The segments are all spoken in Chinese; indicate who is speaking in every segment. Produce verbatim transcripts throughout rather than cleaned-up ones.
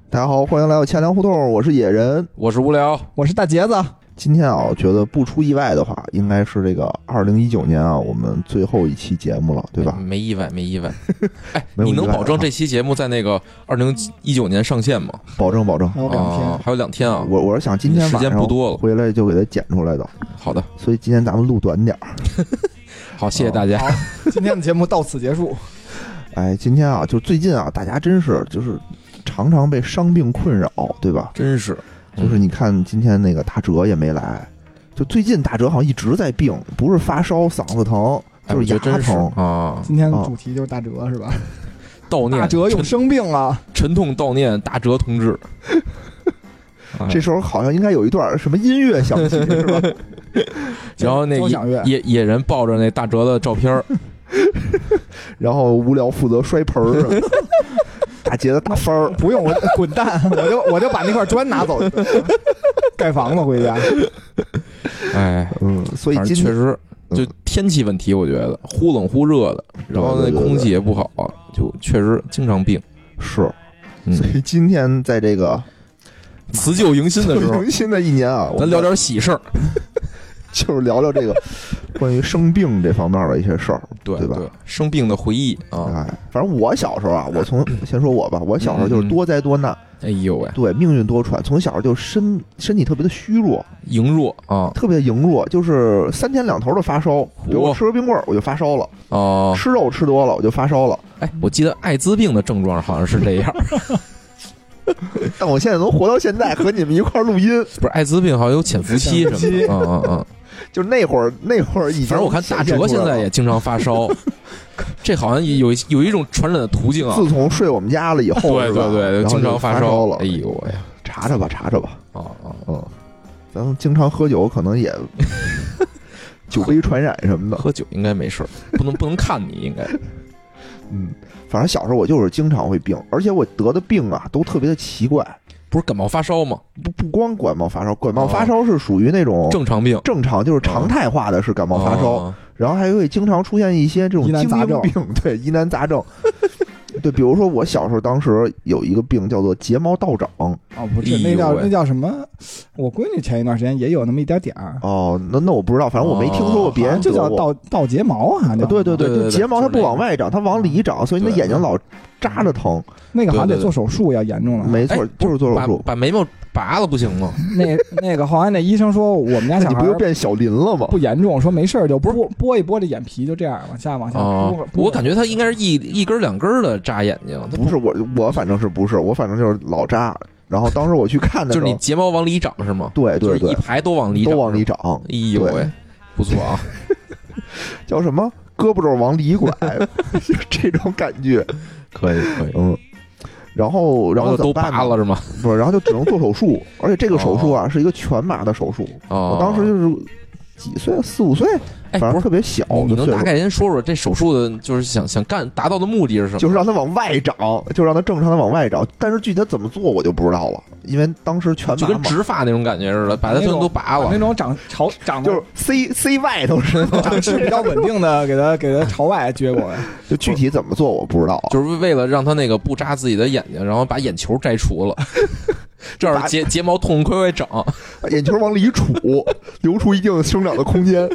Speaker 1: 大家好，欢迎来到钱粮胡同，我是野人，
Speaker 2: 我是无聊，
Speaker 3: 我是大杰子。
Speaker 1: 今天啊，我觉得不出意外的话，应该是这个二零一九年啊，我们最后一期节目了，对吧？
Speaker 2: 没意外，没意外。哎，
Speaker 1: 没有意外
Speaker 2: 你能保证这期节目在那个二零一九年上线吗？
Speaker 1: 保证，保证。
Speaker 3: 还有两天，
Speaker 2: 哦、还有两天啊！
Speaker 1: 我我是想今天晚上
Speaker 2: 时间不多了，
Speaker 1: 回来就给它剪出来的。
Speaker 2: 好的，
Speaker 1: 所以今天咱们录短点儿。
Speaker 2: 好，谢谢大家。
Speaker 3: 好，今天的节目到此结束。
Speaker 1: 哎，今天啊，就最近啊，大家真是就是常常被伤病困扰，对吧？
Speaker 2: 真是，
Speaker 1: 就是你看今天那个大哲也没来，就最近大哲好像一直在病，不是发烧、嗓子疼，就是牙疼
Speaker 2: 啊。
Speaker 3: 今天的主题就是大哲是吧？
Speaker 2: 悼念
Speaker 3: 大哲有生病啊，
Speaker 2: 沉痛悼念大哲同志。
Speaker 1: 这时候好像应该有一段什么音乐响起，是吧？
Speaker 2: 然后那野野野人抱着那大哲的照片，
Speaker 1: 然后无聊负责摔盆儿，大杰子打翻儿，
Speaker 3: 不用我滚蛋，我就我就把那块砖拿走，盖房子回家。
Speaker 2: 哎，
Speaker 1: 嗯，所以今
Speaker 2: 确实就天气问题，我觉得忽冷忽热的，然后那空气也不好，就确实经常病。
Speaker 1: 是，
Speaker 2: 嗯、
Speaker 1: 所以今天在这个
Speaker 2: 辞旧迎新的时候，
Speaker 1: 迎新的一年啊，
Speaker 2: 咱聊点喜事儿。
Speaker 1: 就是聊聊这个关于生病这方面的一些事儿，
Speaker 2: 对
Speaker 1: 对吧？
Speaker 2: 对，生病的回忆啊。
Speaker 1: 哎，反正我小时候啊，我从先说我吧，我小时候就是多灾多难。
Speaker 2: 哎呦喂，
Speaker 1: 对，命运多舛，从小就身身体特别的虚弱，
Speaker 2: 羸弱啊，
Speaker 1: 特别羸弱，就是三天两头的发烧。比如我吃个冰棍儿，我就发烧了。
Speaker 2: 哦，
Speaker 1: 吃肉吃多了，我就发烧了。
Speaker 2: 哎，我记得艾滋病的症状好像是这样。
Speaker 1: 但我现在能活到现在，和你们一块儿录音，
Speaker 2: 不是艾滋病好像有潜伏期什么的，嗯嗯嗯，
Speaker 1: 就那会儿那会儿已经，
Speaker 2: 反正我看大哲现在也经常发烧，这好像有有一种传染的途径啊。
Speaker 1: 自从睡我们家了以后，
Speaker 2: 对对对，经常
Speaker 1: 发
Speaker 2: 烧
Speaker 1: 了。
Speaker 2: 哎呦喂，
Speaker 1: 查查吧，查查吧。
Speaker 2: 哦哦
Speaker 1: 嗯，咱们经常喝酒，可能也酒杯传染什么的。
Speaker 2: 喝酒应该没事，不能不能看你应该。
Speaker 1: 嗯，反正小时候我就是经常会病，而且我得的病啊都特别的奇怪。
Speaker 2: 不是感冒发烧吗？
Speaker 1: 不不光感冒发烧，感冒发烧是属于那种
Speaker 2: 正常病，
Speaker 1: 正常就是常态化的是感冒发烧，
Speaker 2: 哦、
Speaker 1: 然后还会经常出现一些这种精英病，对疑难杂症。对，比如说我小时候当时有一个病叫做睫毛倒长。
Speaker 3: 哦，不是，那叫那叫什么？我闺女前一段时间也有那么一点点儿。
Speaker 1: 哦，那那我不知道，反正我没听说过别人
Speaker 3: 就叫倒倒睫毛啊。
Speaker 1: 对对对，就睫毛它不往外长，它往里长，所以你的眼睛老扎着疼。
Speaker 3: 那个好像得做手术，要严重了。
Speaker 1: 没错，就是做手术，
Speaker 2: 把眉毛拔了不行吗？
Speaker 3: 那那个好像那医生说我们家小孩
Speaker 1: 你不就变小林了吗？
Speaker 3: 不严重，说没事就拨拨一拨这眼皮，就这样往下往下拨。
Speaker 2: 我感觉他应该是一一根两根的扎眼睛。
Speaker 1: 不是我我反正是不是我反正就是老扎。然后当时我去看的时候，
Speaker 2: 就是你睫毛往里长是吗？
Speaker 1: 对对对，
Speaker 2: 一排都往里长，
Speaker 1: 都往里长。
Speaker 2: 哎呦喂，不错啊，
Speaker 1: 叫什么？胳膊肘往里拐，这种感觉，
Speaker 2: 可以可以，
Speaker 1: 嗯。然后，然后
Speaker 2: 都拔了是吗？
Speaker 1: 不是，然后就只能做手术，而且这个手术啊、哦、是一个全麻的手术。
Speaker 2: 哦，
Speaker 1: 我当时就是几岁，四五岁，
Speaker 2: 哎，
Speaker 1: 反正特别小。
Speaker 2: 你能大概先说说这手术的，就是想想干达到的目的是什么？
Speaker 1: 就是让它往外长，就让它正常的往外长。但是具体它怎么做，我就不知道了，因为当时全麻
Speaker 2: 就跟植发那种感觉似的，把它全都拔了。
Speaker 3: 那种长朝长
Speaker 1: 就是 C C 外头是
Speaker 3: 长势比较稳定的，给它给它朝外撅过来。
Speaker 1: 就具体怎么做我不知道，
Speaker 2: 就是为了让它那个不扎自己的眼睛，然后把眼球摘除了。这样睫睫毛痛快快长，
Speaker 1: 把眼球往里杵，留出一定生长的空间。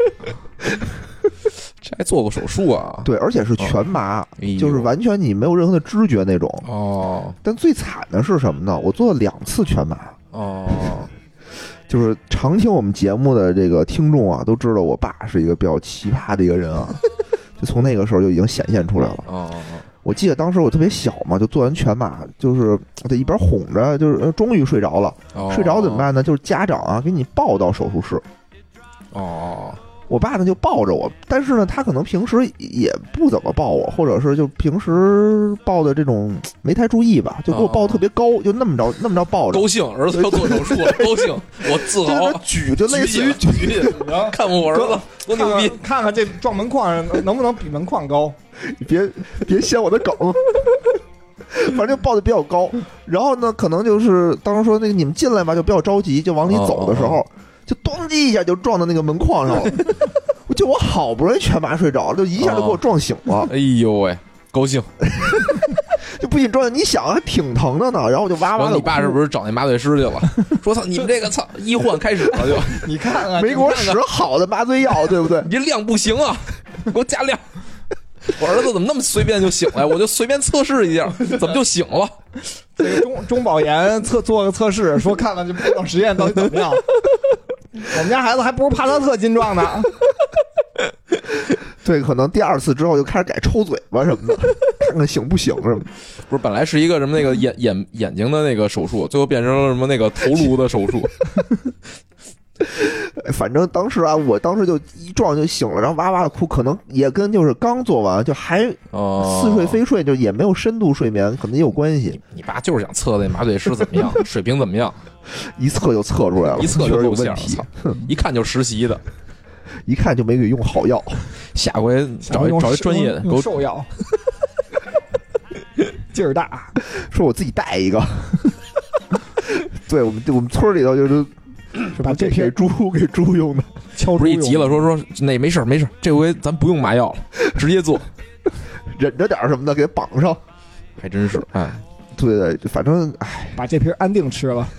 Speaker 2: 这还做过手术啊？
Speaker 1: 对，而且是全麻，
Speaker 2: 哦哎、
Speaker 1: 就是完全你没有任何的知觉那种。
Speaker 2: 哦。
Speaker 1: 但最惨的是什么呢？我做了两次全麻。
Speaker 2: 哦。
Speaker 1: 就是常听我们节目的这个听众啊，都知道我爸是一个比较奇葩的一个人啊，就从那个时候就已经显现出来了。
Speaker 2: 哦。
Speaker 1: 我记得当时我特别小嘛，就做完全麻，就是得一边哄着，就是终于睡着了。
Speaker 2: 哦、
Speaker 1: 睡着怎么办呢？就是家长啊给你抱到手术室。
Speaker 2: 哦。
Speaker 1: 我爸呢就抱着我，但是呢他可能平时也不怎么抱我，或者是就平时抱的这种没太注意吧，就给我抱得特别高，哦、就那么着那么着抱着。
Speaker 2: 高兴，儿子要做手术了，高兴，我自豪。
Speaker 1: 举就类似于
Speaker 2: 举，看我儿子多牛逼，
Speaker 3: 看看这撞门框能不能比门框高。
Speaker 1: 你别别掀我的梗。反正就抱得比较高，然后呢，可能就是当时说那个你们进来吧，就不要着急，就往里走的时候。哦哦就咣叽一下就撞到那个门框上了，就我好不容易全麻睡着了，就一下就给我撞醒了。
Speaker 2: 哦、哎呦喂，高兴！
Speaker 1: 就不仅撞，你想还挺疼的呢，然后我就哇哇的。
Speaker 2: 你爸是不是找那麻醉师去了？说操，你们这个操医患开始了就，
Speaker 3: 你看看
Speaker 1: 没给我使好的麻醉药，对不对？
Speaker 2: 你这量不行啊，给我加量。我儿子怎么那么随便就醒了？我就随便测试一下，怎么就醒了？
Speaker 3: 这个中中保研测做个测试，说看看这步骤实验到底怎么样。我们家孩子还不如帕萨特金壮呢。
Speaker 1: 对，可能第二次之后就开始改抽嘴巴什么的，看看醒不醒什么的。
Speaker 2: 不是，本来是一个什么那个眼眼眼睛的那个手术，最后变成了什么那个头颅的手术。
Speaker 1: 反正当时啊，我当时就一撞就醒了，然后哇哇的哭，可能也跟就是刚做完就还似睡非睡，就也没有深度睡眠，可能也有关系。
Speaker 2: 你, 你爸就是想测那麻醉师怎么样，水平怎么样，
Speaker 1: 一测就测出来了，
Speaker 2: 一测就
Speaker 1: 有问题，
Speaker 2: 一看就实习的，
Speaker 1: 一看就没给用好药。
Speaker 2: 下回找一找一专业的，
Speaker 3: 给我兽药，劲儿大，
Speaker 1: 说我自己带一个。对我们我们村里头就是
Speaker 3: 是把这
Speaker 1: 给猪给猪用的，
Speaker 3: 敲
Speaker 2: 不是一急了说说那没事没事，这回咱不用麻药了，直接做，
Speaker 1: 忍着点什么的给绑上，
Speaker 2: 还真是哎，
Speaker 1: 对对，反正哎，
Speaker 3: 把这瓶安定吃了，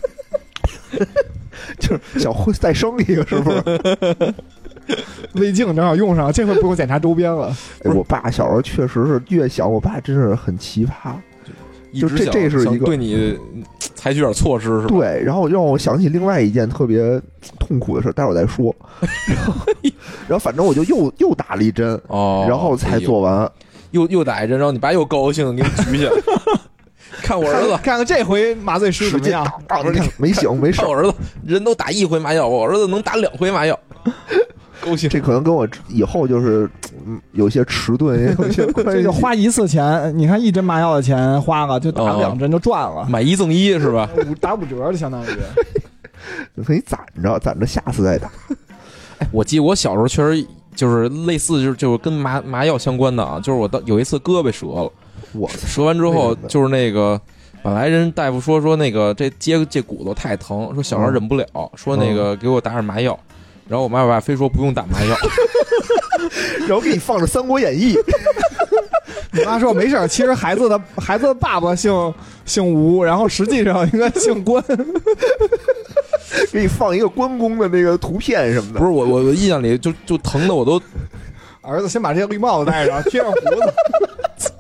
Speaker 1: 就是想再生一个，是不是？
Speaker 3: 胃镜正好用上，这回不用检查周边了。
Speaker 1: 哎、我爸小时候确实是越想，我爸真是很奇葩。就这这是一个
Speaker 2: 对你采取点措施是吧？
Speaker 1: 对，然后让我想起另外一件特别痛苦的事，待会儿再说。然后，然后反正我就又又打了一针，
Speaker 2: 哦，
Speaker 1: 然后才做完，
Speaker 2: 哎、又又打一针，然后你爸又高兴给你举起来，看我儿子，
Speaker 3: 看看这回麻醉师怎么样？
Speaker 1: 不是没醒没事，
Speaker 2: 我儿子人都打一回麻药，我儿子能打两回麻药。高兴，
Speaker 1: 这可能跟我以后就是嗯有些迟钝也有些关系。
Speaker 3: 这就花一次钱，你看一针麻药的钱花了，就打两针就赚了，
Speaker 2: 买一赠一是吧？
Speaker 3: 五打五折就相当于。
Speaker 1: 你可以攒着，攒着下次再打。
Speaker 2: 哎，我记得我小时候确实就是类似，就是就是跟麻麻药相关的啊，就是我当有一次胳膊折了，
Speaker 1: 我
Speaker 2: 折完之后就是那个。本来人大夫说说那个这接这骨头太疼，说小孩忍不了，嗯、说那个给我打点麻药，然后我妈爸非说不用打麻药，
Speaker 1: 然后给你放着《三国演义》。
Speaker 3: 你妈说没事，其实孩子的孩子的爸爸姓姓吴，然后实际上应该姓关，
Speaker 1: 给你放一个关公的那个图片什么的。
Speaker 2: 不是我我我印象里就就疼的我都，
Speaker 3: 儿子先把这个绿帽子戴上，贴上胡子。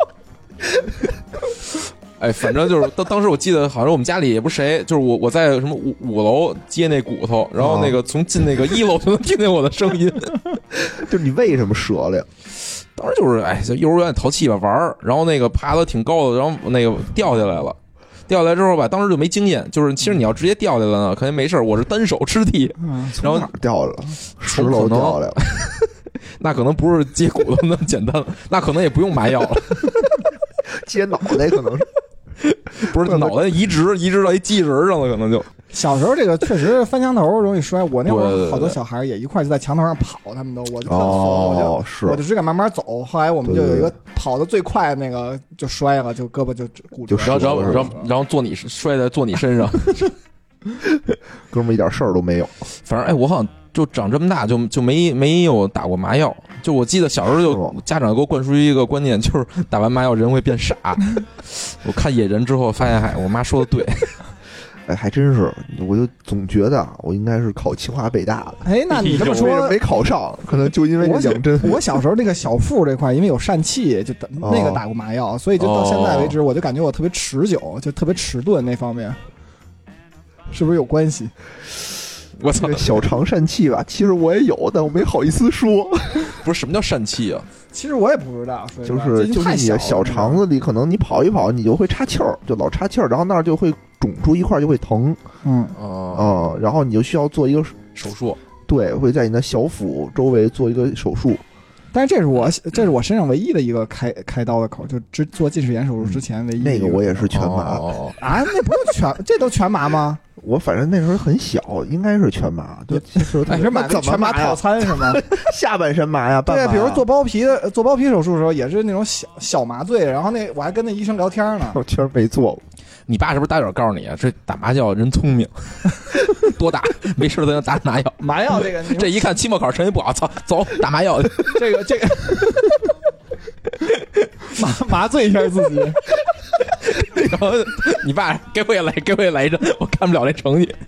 Speaker 2: 哎，反正就是当当时我记得好像我们家里也不是谁，就是我我在什么五五楼接那骨头，然后那个从进那个一楼就能听见我的声音。
Speaker 1: 就是你为什么折了呀？
Speaker 2: 当时就是哎，幼儿园淘气吧玩儿，然后那个爬得挺高的，然后那个掉下来了。掉下来之后吧，当时就没经验，就是其实你要直接掉下来呢，肯定没事。我是单手吃地，
Speaker 1: 嗯、
Speaker 2: 然后
Speaker 1: 哪掉了？十楼掉下来了。
Speaker 2: 那可能不是接骨头那么简单，那可能也不用麻药了。
Speaker 1: 接脑袋可能是。
Speaker 2: 不是脑袋移植移植到一机器人上了，可能就
Speaker 3: 小时候这个确实翻墙头容易摔。我那会儿好多小孩也一块就在墙头上跑，他们都我就
Speaker 1: 哦，
Speaker 3: 我就是我就只敢慢慢走。后来我们就有一个跑得最快的那个就摔了，就胳膊就骨折，
Speaker 2: 然后然后然后然后坐你摔在坐你身上，
Speaker 1: 哥们一点事儿都没有。
Speaker 2: 反正哎，我好像就长这么大就就没没有打过麻药。就我记得小时候就家长给我灌输一个观念，就是打完麻药人会变傻。我看野人之后发现，哎，我妈说的对。
Speaker 1: 哎，还真是，我就总觉得我应该是考清华北大的。
Speaker 3: 哎，那你这么说
Speaker 1: 没考上，可能就因为那两针。
Speaker 3: 我小时候那个小腹这块，因为有疝气，就那个打过麻药，所以就到现在为止，我就感觉我特别持久，就特别迟钝那方面，是不是有关系？
Speaker 2: 我操，
Speaker 1: 小肠疝气吧，其实我也有，但我没好意思说。
Speaker 2: 不是什么叫疝气啊？
Speaker 3: 其实我也不知道，
Speaker 1: 就是就是你的小肠子里，可能你跑一跑，你就会岔气儿，就老岔气儿，然后那儿就会肿出一块，就会疼。
Speaker 3: 嗯
Speaker 1: 哦、嗯，然后你就需要做一个
Speaker 2: 手术，
Speaker 1: 对，会在你的小腹周围做一个手术。
Speaker 3: 但是这是我这是我身上唯一的一个开开刀的口，就之做近视眼手术之前唯一、嗯、
Speaker 1: 那个我也是全麻、
Speaker 2: 哦、
Speaker 3: 啊，那不用全，这都全麻吗？
Speaker 1: 我反正那时候很小，应该是全麻。对，
Speaker 3: 哎，是买全麻套餐是吗？
Speaker 1: 下半身麻呀，半麻呀。
Speaker 3: 对，比如做包皮的做包皮手术的时候，也是那种小小麻醉，然后那我还跟那医生聊天呢。
Speaker 1: 我确实没做过。
Speaker 2: 你爸是不是大点告诉你啊？这打麻药人聪明，多打，没事都要打麻药。
Speaker 3: 麻药这个，
Speaker 2: 这一看期末考成绩不好，操，走打麻药去。
Speaker 3: 这个这个麻麻醉一下自己。
Speaker 2: 然后你爸给我也来，给我也来一针，我看不了这成绩。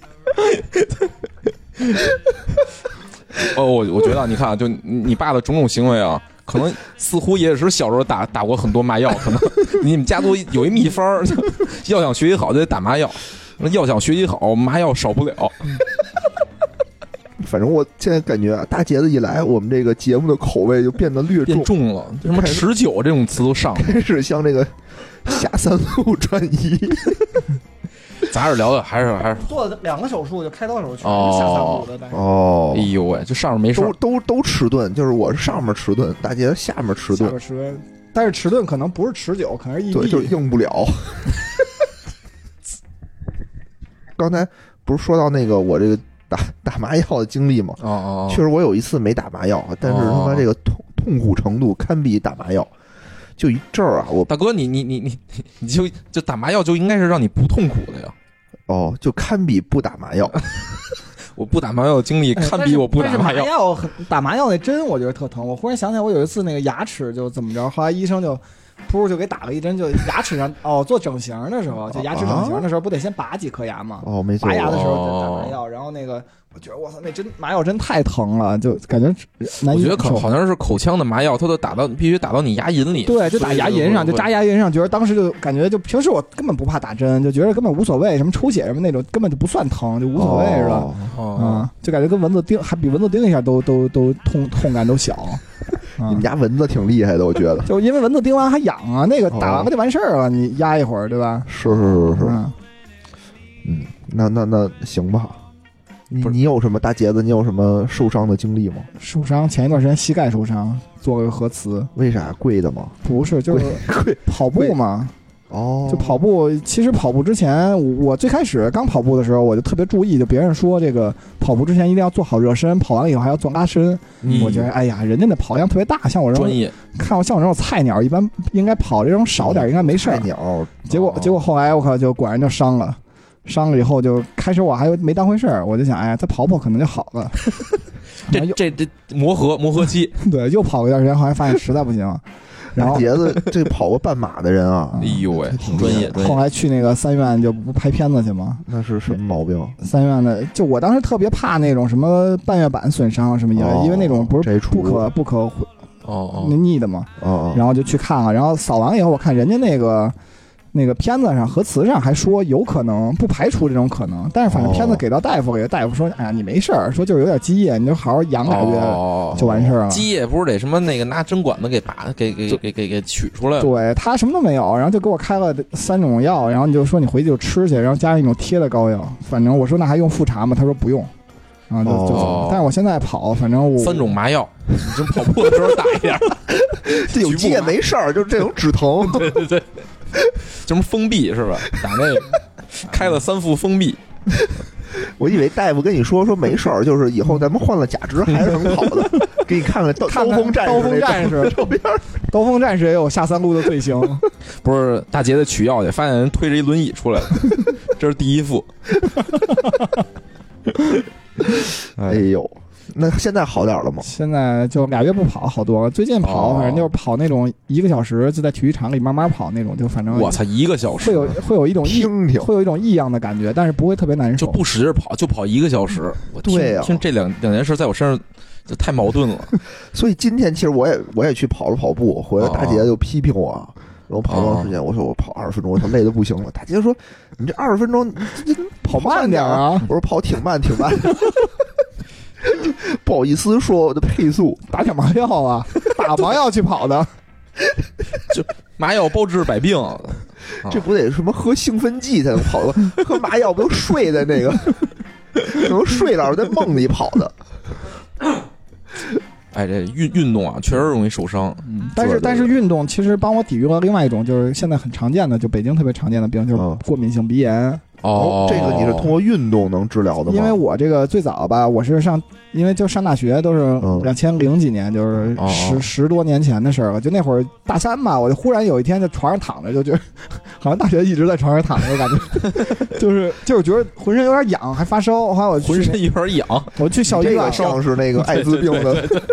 Speaker 2: 哦，我我觉得你看啊，就你爸的种种行为啊，可能似乎也是小时候打打过很多麻药，可能你们家族有一秘方，要想学习好就得打麻药，要想学习好麻药少不了。
Speaker 1: 反正我现在感觉啊，大杰子一来，我们这个节目的口味就变得略
Speaker 2: 变重了，什么持久这种词都上了，
Speaker 1: 开始向这个下三路转移。
Speaker 2: 咱是聊的还是还是
Speaker 3: 做了两个手术，就开刀手术，
Speaker 2: 哦
Speaker 3: 下三路的。但是
Speaker 1: 哦，
Speaker 2: 哎呦喂，就上面没事，
Speaker 1: 都都都迟钝，就是我是上面迟钝，大杰下面迟钝，
Speaker 3: 下面迟钝，但是迟钝可能不是持久，可能是异地，
Speaker 1: 对，就是硬不了。刚才不是说到那个我这个打打麻药的经历吗？
Speaker 2: 哦哦，
Speaker 1: 确实我有一次没打麻药，但是他妈这个痛痛苦程度堪比打麻药。就一阵儿啊，我
Speaker 2: 大哥，你你你你你就就打麻药就应该是让你不痛苦的呀。
Speaker 1: 哦，就堪比不打麻药。
Speaker 2: 我不打麻药的经历堪比我不打麻药。
Speaker 3: 麻药打麻药那针，我觉得特疼。我忽然想起来，我有一次那个牙齿就怎么着，后来医生就噗就给打了一针，就牙齿上哦做整形的时候，就牙齿整形的时候，不得先拔几颗牙吗？
Speaker 1: 哦，没错。
Speaker 3: 拔牙的时候就打麻药，然后那个我觉得我操，那针麻药针太疼了，就感觉难以忍受。
Speaker 2: 我觉得可好像是口腔的麻药，它都打到必须打到你牙龈里。
Speaker 3: 对，就打牙龈上，就扎牙龈上，觉得当时就感觉就平时我根本不怕打针，就觉得根本无所谓，什么出血什么那种根本就不算疼，就无所谓似的。
Speaker 2: 哦
Speaker 3: 嗯，就感觉跟蚊子叮还比蚊子叮一下都都都痛痛感都小。
Speaker 1: 你们家蚊子挺厉害的，我觉得。
Speaker 3: 就因为蚊子叮完还痒啊，那个打完不就完事儿了？你压一会儿，对吧？
Speaker 1: 是是是是。
Speaker 3: 嗯，
Speaker 1: 嗯，那那那行吧。你你有什么大杰子？你有什么受伤的经历吗？
Speaker 3: 受伤，前一段时间膝盖受伤，做了个核磁。
Speaker 1: 为啥？贵的吗？
Speaker 3: 不是，就是
Speaker 1: 贵
Speaker 3: 跑步嘛。
Speaker 1: 哦，
Speaker 3: 就跑步，其实跑步之前，我最开始刚跑步的时候，我就特别注意，就别人说这个跑步之前一定要做好热身，跑完了以后还要做拉伸。
Speaker 2: 嗯、
Speaker 3: 我觉得，哎呀，人家那跑量特别大，像我这种
Speaker 2: 专业，
Speaker 3: 看我像我这种菜鸟，一般应该跑这种少点，应该没事。
Speaker 1: 菜鸟，
Speaker 3: 结果、哦、结果后来我靠，就果然就伤了。伤了以后就开始我还没当回事儿，我就想哎，再跑跑可能就好了。
Speaker 2: 这这这磨合磨合期，
Speaker 3: 对，又跑一段时间，后来发现实在不行。然后
Speaker 1: 杰子这跑过半马的人啊，
Speaker 2: 哎呦喂，挺专业。
Speaker 3: 后来去那个三院就不拍片子去吗？
Speaker 1: 那是什么毛病？
Speaker 3: 三院的，就我当时特别怕那种什么半月板损伤什么因为、哦、因为那种不是不可不可
Speaker 2: 哦哦
Speaker 3: 逆的嘛。
Speaker 1: 哦，
Speaker 3: 然后就去看了，然后扫完以后，我看人家那个。那个片子上核磁上还说有可能，不排除这种可能，但是反正片子给到大夫，给大夫说，哎呀你没事儿，说就是有点积液，你就好好养俩月就完事儿了。
Speaker 2: 积液不是得什么那个拿针管子给拔给给给给给取出来？
Speaker 3: 对他什么都没有，然后就给我开了三种药，然后你就说你回去就吃去，然后加上一种贴的膏药，反正我说那还用复查吗？他说不用。啊，就就、哦，但是我现在跑，反正我
Speaker 2: 三种麻药，你这跑步的时候打一点，
Speaker 1: 这有积液没事儿，就是这种止疼，
Speaker 2: 对对对，什么封闭是吧？打那个开了三副封闭。
Speaker 1: 我以为大夫跟你说说没事儿，就是以后咱们换了假肢还是能跑的，给你看看刀刀锋战士，
Speaker 3: 刀锋战士照片，刀锋战士也有下三路的罪行。
Speaker 2: 不是大杰子取药去，发现人推着一轮椅出来了，这是第一副。
Speaker 1: 哎呦，那现在好点了吗？
Speaker 3: 现在就俩月不跑好多了。最近跑，反正就是跑那种一个小时，就在体育场里慢慢跑那种，就反正
Speaker 2: 我操，一个小时
Speaker 3: 会有会有一种异
Speaker 1: 听听，
Speaker 3: 会有一种异样的感觉，但是不会特别难受。
Speaker 2: 就不使劲跑，就跑一个小时。我
Speaker 1: 对呀、啊，
Speaker 2: 听这两两件事在我身上就太矛盾了。
Speaker 1: 所以今天其实我也我也去跑了跑步，回来大姐就批评我。然后跑多长时间？我说我跑二十分钟，我操，累得不行了。大姐说：“你这二十分钟，你这
Speaker 3: 跑慢点啊！”
Speaker 1: 我说：“跑挺慢，挺慢。”不好意思说我的配速，
Speaker 3: 打点麻药啊，打麻药去跑的，
Speaker 2: 就麻药包治百病。
Speaker 1: 这不得什么喝兴奋剂才能跑的？喝麻药不就睡在那个，可能睡了在梦里跑的。
Speaker 2: 哎，这运运动啊，确实容易受伤。
Speaker 3: 嗯，但是但是运动其实帮我抵御了另外一种，就是现在很常见的，就北京特别常见的病，就是过敏性鼻炎。
Speaker 1: 哦，这个你是通过运动能治疗的吗？
Speaker 3: 因为我这个最早吧，我是上，因为就上大学都是两千零几年，就是十、嗯、十多年前的事儿了。就那会儿大三嘛，我就忽然有一天在床上躺着，就觉得好像大学一直在床上躺着，感觉就是就是觉得浑身有点痒，还发烧。后来我
Speaker 2: 浑身有点痒，
Speaker 3: 我去小医院，
Speaker 1: 像是那个艾滋病的，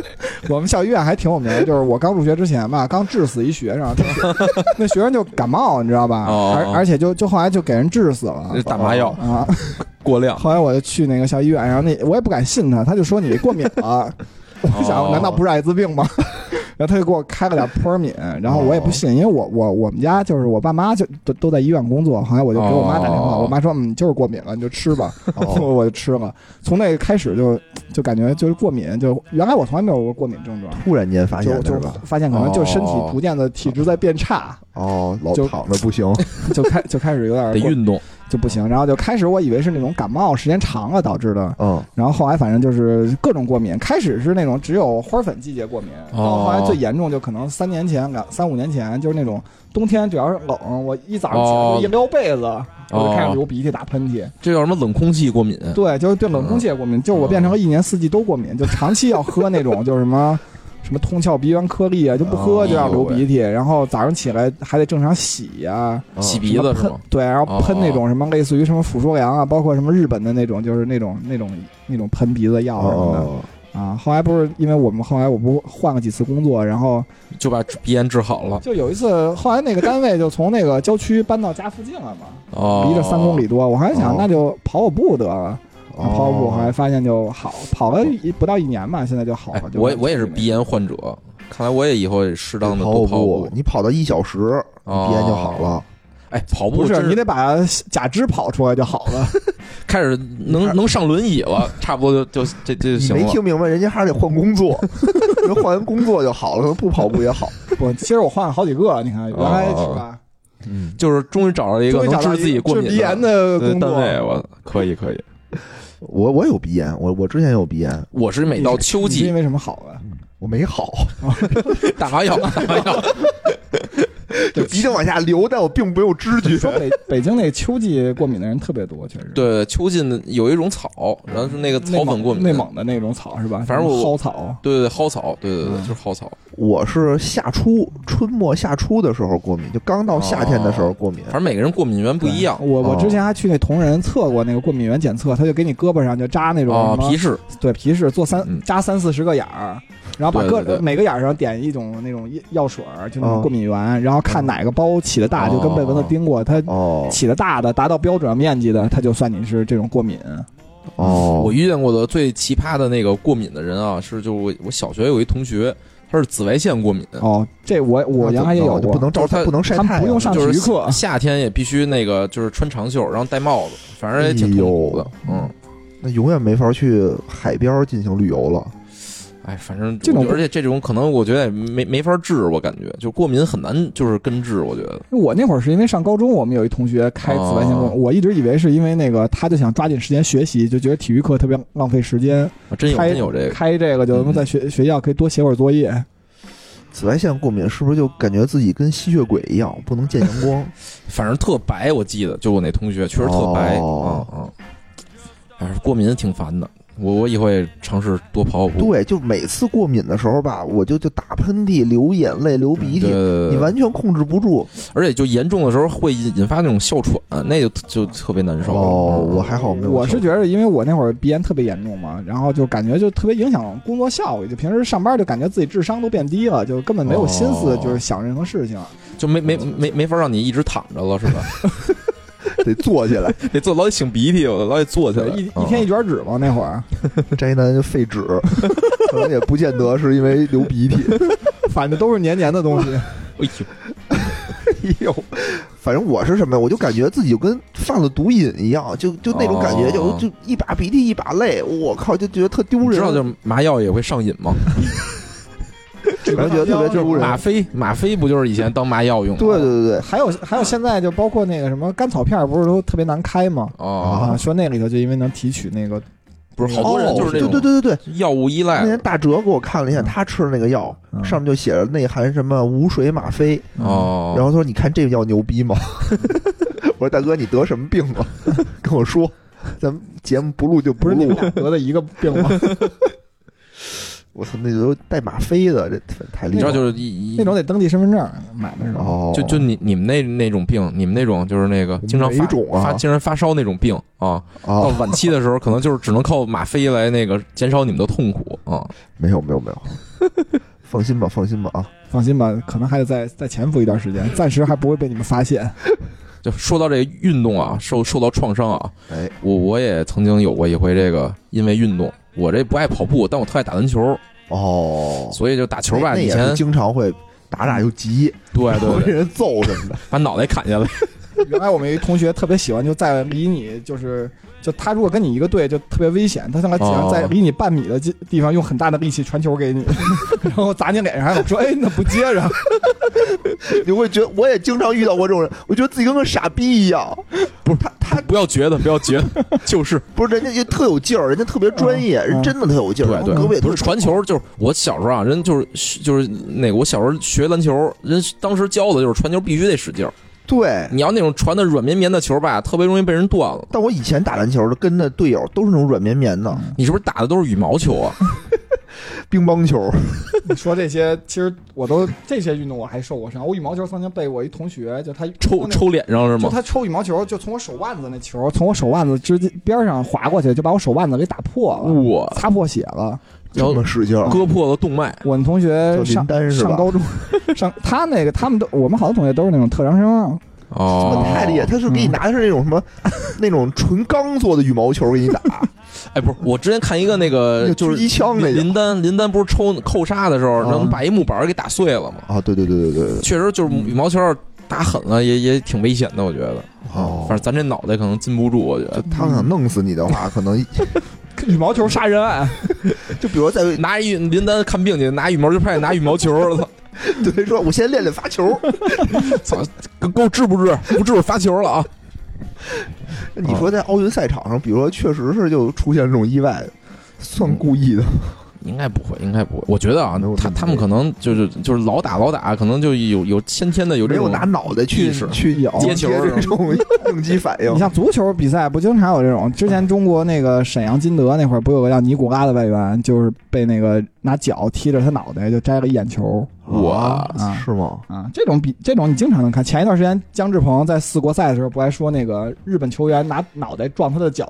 Speaker 3: 我们校医院还挺有名，就是我刚入学之前吧，刚治死一学生，那学生就感冒，你知道吧？
Speaker 2: 哦、
Speaker 3: 而而且就就后来就给人治死了，
Speaker 2: 打麻药
Speaker 3: 啊，
Speaker 2: 过量。
Speaker 3: 后来我就去那个校医院，然后那我也不敢信他，他就说你过敏了。我想，难道不是艾滋病吗？然后他就给我开了点扑尔敏，然后我也不信，因为我我我们家就是我爸妈就都都在医院工作，后来我就给我妈打电话，
Speaker 2: 哦、
Speaker 3: 我妈说嗯就是过敏了，你就吃吧，哦、我就吃了。从那个开始就就感觉就是过敏，就原来我从来没有过过敏症状，
Speaker 1: 突然间发现
Speaker 3: 就就发现可能就身体逐渐的体质在变差，
Speaker 1: 哦，老躺着不行，
Speaker 3: 就开就开始有点
Speaker 2: 得运动。
Speaker 3: 就不行，然后就开始我以为是那种感冒时间长了导致的，
Speaker 1: 嗯，
Speaker 3: 然后后来反正就是各种过敏，开始是那种只有花粉季节过敏，然后后来最严重就可能三年前两三五年前就是那种冬天只要是冷，我一早上起来就一撩被子，哦、我就开始流鼻涕打喷嚏，
Speaker 2: 这叫什么冷空气过敏？
Speaker 3: 对，就是对冷空气过敏，嗯、就我变成了一年四季都过敏，就长期要喝那种就是什么。什么通窍鼻源颗粒啊，就不喝就要流鼻涕，哦、然后早上起来还得正常洗呀、
Speaker 2: 啊，洗鼻子是吗？
Speaker 3: 对，然后喷那种什么类似于什么辅说良啊，包括什么日本的那种，就是那种那种那种喷鼻子药什么的、哦、啊。后来不是因为我们后来我不换了几次工作，然后
Speaker 2: 就把鼻炎治好了。
Speaker 3: 就有一次，后来那个单位就从那个郊区搬到家附近了嘛，
Speaker 2: 哦，
Speaker 3: 离着三公里多，我还想那就跑跑步得了。跑步后来发现就好，跑了一不到一年吧，现在就好了。
Speaker 2: 哎、我我也是鼻炎患者，看来我也以后也适当的多跑步。
Speaker 1: 你跑到一小时，鼻炎就好了。
Speaker 2: 哎，跑步
Speaker 3: 不是你得把假肢跑出来就好了。
Speaker 2: 开始能能上轮椅了，差不多就就这这就行了。
Speaker 1: 你没听明白，人家还是得换工作，人换完工作就好了，不跑步也好。
Speaker 3: 我其实我换了好几个，你看原来是吧？
Speaker 2: 嗯，就是终于找到一个能治自己过敏
Speaker 3: 治鼻炎的工作
Speaker 2: 单位，我可以可以。
Speaker 1: 我我有鼻炎，我我之前有鼻炎，
Speaker 2: 我是每到秋季，
Speaker 3: 因为什么好啊？
Speaker 1: 我没好，
Speaker 2: 打麻药，打麻药，
Speaker 1: 就鼻涕往下流，但我并没有知觉。
Speaker 3: 说北北京那秋季过敏的人特别多，确实。
Speaker 2: 对，秋季有一种草，然后是那个草粉过敏，
Speaker 3: 内蒙的那种草是吧？
Speaker 2: 反正我
Speaker 3: 蒿草，
Speaker 2: 对对对，蒿草，对对对，嗯、就是蒿草。
Speaker 1: 我是夏初春末夏初的时候过敏，就刚到夏天的时候过敏。
Speaker 2: 哦、反正每个人过敏源不一样。
Speaker 3: 我我之前还去那同仁测过那个过敏源检测，他就给你胳膊上就扎那种、
Speaker 2: 哦、皮试，
Speaker 3: 对皮试做三、
Speaker 2: 嗯、
Speaker 3: 扎三四十个眼儿。然后把各
Speaker 2: 对对对
Speaker 3: 每个眼上点一种那种药水，就那种过敏源，哦、然后看哪个包起的大，哦、就跟被蚊子叮过，它起的大的达到标准面积的，它就算你是这种过敏。
Speaker 1: 哦，
Speaker 2: 我遇见过的最奇葩的那个过敏的人啊，是就我我小学有一同学，他是紫外线过敏。
Speaker 3: 哦，这我我原来也有过，
Speaker 1: 不能照他不能晒太阳，
Speaker 3: 不用上体育课，
Speaker 2: 夏天也必须那个就是穿长袖，然后戴帽子，反正也挺痛苦的。哎、嗯，
Speaker 1: 那永远没法去海边进行旅游了。
Speaker 2: 哎，反正这种，而且这种可能我觉得也没没法治，我感觉就过敏很难，就是根治。我觉得
Speaker 3: 我那会儿是因为上高中，我们有一同学开紫外线过敏，哦、我一直以为是因为那个他就想抓紧时间学习，就觉得体育课特别浪费时间。
Speaker 2: 啊、真有真有这个
Speaker 3: 开这个，就在学、嗯、学校可以多写会儿作业。
Speaker 1: 紫外线过敏是不是就感觉自己跟吸血鬼一样，不能见阳光？
Speaker 2: 反正特白，我记得就我那同学确实特白，
Speaker 1: 哦、
Speaker 2: 嗯嗯，反正过敏挺烦的。我我以后也尝试多跑跑步。
Speaker 1: 对，就每次过敏的时候吧，我就就打喷嚏、流眼泪、流鼻涕，
Speaker 2: 对对对，
Speaker 1: 你完全控制不住。
Speaker 2: 而且就严重的时候会引发那种哮喘，那就就特别难受。
Speaker 1: 哦，我还好没有。
Speaker 3: 我是觉得，因为我那会儿鼻炎特别严重嘛，然后就感觉就特别影响工作效率，就平时上班就感觉自己智商都变低了，就根本没有心思就是想任何事情，
Speaker 2: 哦、就没没没没法让你一直躺着了，是吧？
Speaker 1: 得坐起来，
Speaker 2: 得坐，老得擤鼻涕，我老得坐起来，
Speaker 3: 一一天一卷纸嘛。那会儿，
Speaker 1: 宅男就废纸，可能也不见得是因为流鼻涕，
Speaker 3: 反正都是黏黏的东西。
Speaker 2: 哎呦，
Speaker 1: 哎呦，反正我是什么呀？我就感觉自己就跟犯了毒瘾一样，就就那种感觉就，就、哦、就一把鼻涕一把泪，我靠，就觉得特丢人。
Speaker 2: 知道就麻药也会上瘾吗？
Speaker 1: 反正觉得特别丢人。
Speaker 2: 吗啡，吗啡不就是以前当麻药用的？
Speaker 1: 对对对对，
Speaker 3: 还有还有现在就包括那个什么甘草片，不是都特别难开吗？
Speaker 2: 哦，
Speaker 3: 啊、说那里头就因为能提取那个，
Speaker 2: 不是好多人就是这种、
Speaker 1: 哦、对对对对对
Speaker 2: 药物依赖。
Speaker 1: 那天大哲给我看了一下，他吃的那个药、嗯、上面就写着内含什么无水吗啡
Speaker 2: 哦，
Speaker 1: 然后他说你看这个药牛逼吗？我说大哥你得什么病了？跟我说，咱们节目不录就不录，
Speaker 3: 不是你们俩得的一个病吗？
Speaker 1: 我操，那都带吗啡的，这太厉害了。
Speaker 2: 你知道就是一
Speaker 3: 那种得登记身份证买的时候，
Speaker 1: 哦，
Speaker 2: 就就你你们那那种病，你们那种就是那个经常发
Speaker 1: 种啊
Speaker 2: 发经常发烧那种病啊，
Speaker 1: 哦、
Speaker 2: 到晚期的时候可能就是只能靠吗啡来那个减少你们的痛苦啊。
Speaker 1: 没有没有没有，放心吧放心吧啊，
Speaker 3: 放心吧，可能还得再再潜伏一段时间，暂时还不会被你们发现。
Speaker 2: 就说到这个运动啊，受受到创伤啊，
Speaker 1: 哎，
Speaker 2: 我我也曾经有过一回这个，因为运动，我这不爱跑步，但我特爱打篮球
Speaker 1: 哦，
Speaker 2: 所以就打球吧，
Speaker 1: 那
Speaker 2: 以前
Speaker 1: 经常会打打就急，
Speaker 2: 对对对，
Speaker 1: 被人揍什么的，
Speaker 2: 把脑袋砍下来。
Speaker 3: 原来我们有一同学特别喜欢，就在离你就是就他如果跟你一个队就特别危险，他想喜欢在离你半米的地方用很大的力气传球给你，然后砸你脸上，还有说哎那不接着。
Speaker 1: 你会觉得我也经常遇到过这种人，我觉得自己跟个傻逼一样。
Speaker 2: 不是他他不要觉得不要觉得，就是
Speaker 1: 不是人家就特有劲儿，人家特别专业，
Speaker 3: 嗯、
Speaker 1: 人真的特有劲儿。
Speaker 2: 对对，
Speaker 1: 胳膊也
Speaker 2: 不是传球，就是我小时候啊，人就是就是那个我小时候学篮球，人当时教的就是传球必须得使劲儿。
Speaker 1: 对，
Speaker 2: 你要那种传的软绵绵的球吧，特别容易被人断了。
Speaker 1: 但我以前打篮球的跟的队友都是那种软绵绵的。
Speaker 2: 你是不是打的都是羽毛球啊？
Speaker 1: 乒乓球。
Speaker 3: 你说这些，其实我都这些运动我还受过伤。我羽毛球曾经被我一同学，就他
Speaker 2: 抽抽脸上是吗？
Speaker 3: 就他抽羽毛球，就从我手腕子那球，从我手腕子直接边上划过去，就把我手腕子给打破了，
Speaker 2: 哇，
Speaker 3: 擦破血了。
Speaker 1: 这么使劲，
Speaker 2: 割破了动脉。
Speaker 3: 我们同学上上高中，上他那个他们都，我们好多同学都是那种特长生。
Speaker 2: 哦，
Speaker 1: 太厉害！他是给你拿的是那种什么，嗯、那种纯钢做的羽毛球给你打。
Speaker 2: 哎，不是，我之前看一个那个就是
Speaker 1: 一枪那
Speaker 2: 林丹，林丹不是抽扣杀的时候能把一木板给打碎了吗？
Speaker 1: 啊，对对对对对，
Speaker 2: 确实就是羽毛球打狠了也也挺危险的，我觉得。
Speaker 1: 哦，
Speaker 2: 反正咱这脑袋可能禁不住，我觉得。
Speaker 1: 他想弄死你的话，可能
Speaker 3: 羽毛球杀人案。
Speaker 1: 就比如在
Speaker 2: 拿一林丹看病去，拿羽毛球拍，拿羽毛球了。
Speaker 1: 对，说我先练练发球。
Speaker 2: 操，够治不治？不治发球了啊！
Speaker 1: 你说在奥运赛场上，比如说确实是就出现这种意外，算故意的？
Speaker 2: 应该不会，应该不会。我觉得啊，他他们可能就是就是老打老打，可能就有有先天的有这种
Speaker 1: 没有拿脑袋去去咬
Speaker 2: 接球
Speaker 1: 这种应激反应。
Speaker 3: 你像足球比赛不经常有这种？之前中国那个沈阳金德那会儿不有个叫尼古拉的外援，就是被那个拿脚踢着他脑袋就摘了一眼球。
Speaker 2: 哇，
Speaker 3: 啊，
Speaker 1: 是吗？
Speaker 3: 啊，这种比这种你经常能看。前一段时间姜志鹏在四国赛的时候不还说那个日本球员拿脑袋撞他的脚。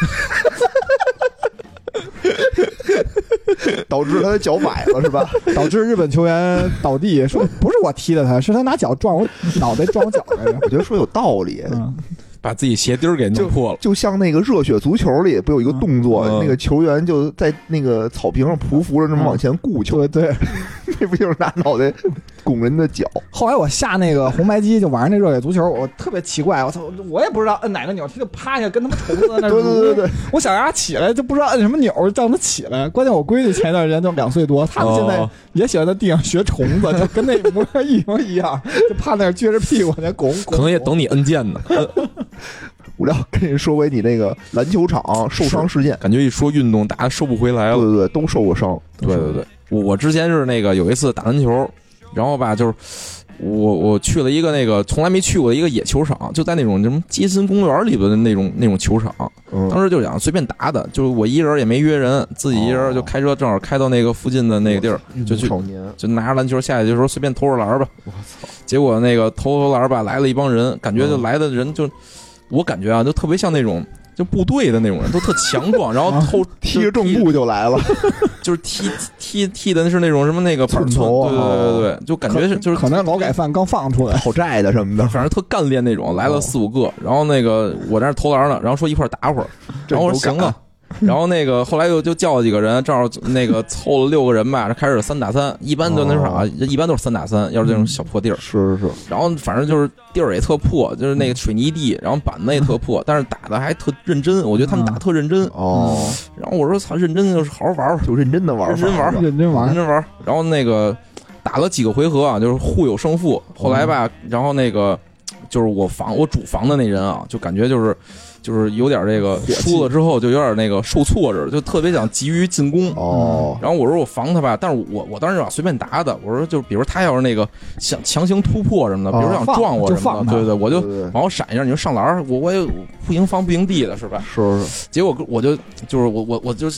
Speaker 1: 导致他的脚崴了是吧？
Speaker 3: 导致日本球员倒地，说不是我踢的他，是他拿脚撞我脑袋撞我脚来着。
Speaker 1: 我觉得说有道理，
Speaker 3: 嗯、
Speaker 2: 把自己鞋底儿给弄破了
Speaker 1: 就。就像那个热血足球里不有一个动作，
Speaker 2: 嗯、
Speaker 1: 那个球员就在那个草坪上匍匐着这么往前顾球，
Speaker 3: 嗯、对对，
Speaker 1: 那不就是拿脑袋拱人的脚？
Speaker 3: 后来我下那个红白机就玩那热血足球，我特别奇怪，我操，我也不知道摁哪个钮，他就趴下跟他们虫子在那。
Speaker 1: 对对对对，
Speaker 3: 我想让他起来，就不知道摁什么钮，让他起来。关键我闺女前一段时间就两岁多，他们现在也喜欢在地上学虫子，就跟那模样一模一样，就趴那撅着屁股那拱。
Speaker 2: 可能也等你摁键呢。
Speaker 1: 无聊，跟你说回你那个篮球场受伤事件，
Speaker 2: 感觉一说运动，大家收不回来了。
Speaker 1: 对对对，都受过伤。
Speaker 2: 对对对，我我之前是那个有一次打篮球，然后吧，就是我我去了一个那个从来没去过的一个野球场，就在那种什么街心公园里边的那种那种球场。
Speaker 1: 嗯、
Speaker 2: 当时就想随便打的，就是我一人也没约人，自己一人就开车正好开到那个附近的那个地儿，哦、就去就拿着篮球下去，就说随便投投篮吧。
Speaker 1: 我操！
Speaker 2: 结果那个投投篮吧，来了一帮人，感觉就来的人就。嗯我感觉啊，就特别像那种就部队的那种人，都特强壮，然后偷
Speaker 1: 踢着正步就来了，
Speaker 2: 就是踢踢踢的是那种什么那个
Speaker 1: 寸头，
Speaker 2: 对对对对，就感觉是就是
Speaker 3: 可能劳改犯刚放出来，
Speaker 1: 讨债的什么的，
Speaker 2: 反正特干练那种，来了四五个，然后那个我在那投篮呢，然后说一块打会儿，然后我说行啊。然后那个后来又就叫了几个人，正好那个凑了六个人吧，开始三打三，一般都那啥，哦、一般都是三打三，要是这种小破地儿。
Speaker 1: 是是是。
Speaker 2: 然后反正就是地儿也特破，就是那个水泥地，然后板子也特破，但是打的还特认真，我觉得他们打特认真。
Speaker 1: 哦。
Speaker 2: 然后我说操，认真就是好好玩，
Speaker 1: 就认真的玩，
Speaker 2: 认真玩，
Speaker 3: 认真玩，
Speaker 2: 认真玩。然后那个打了几个回合啊，就是互有胜负。后来吧，然后那个就是我防我主防的那人啊，就感觉就是。就是有点这个输了之后就有点那个受挫折，就特别想急于进攻
Speaker 1: 哦。
Speaker 2: 然后我说我防他吧，但是我我当时就随便打的，我说就比如他要是那个想强行突破什么的，比如想撞我什么的，对对，我就往后闪一下，你说上篮，我我也不赢方不赢地的是吧？
Speaker 1: 是是。
Speaker 2: 结果我就就是我我我就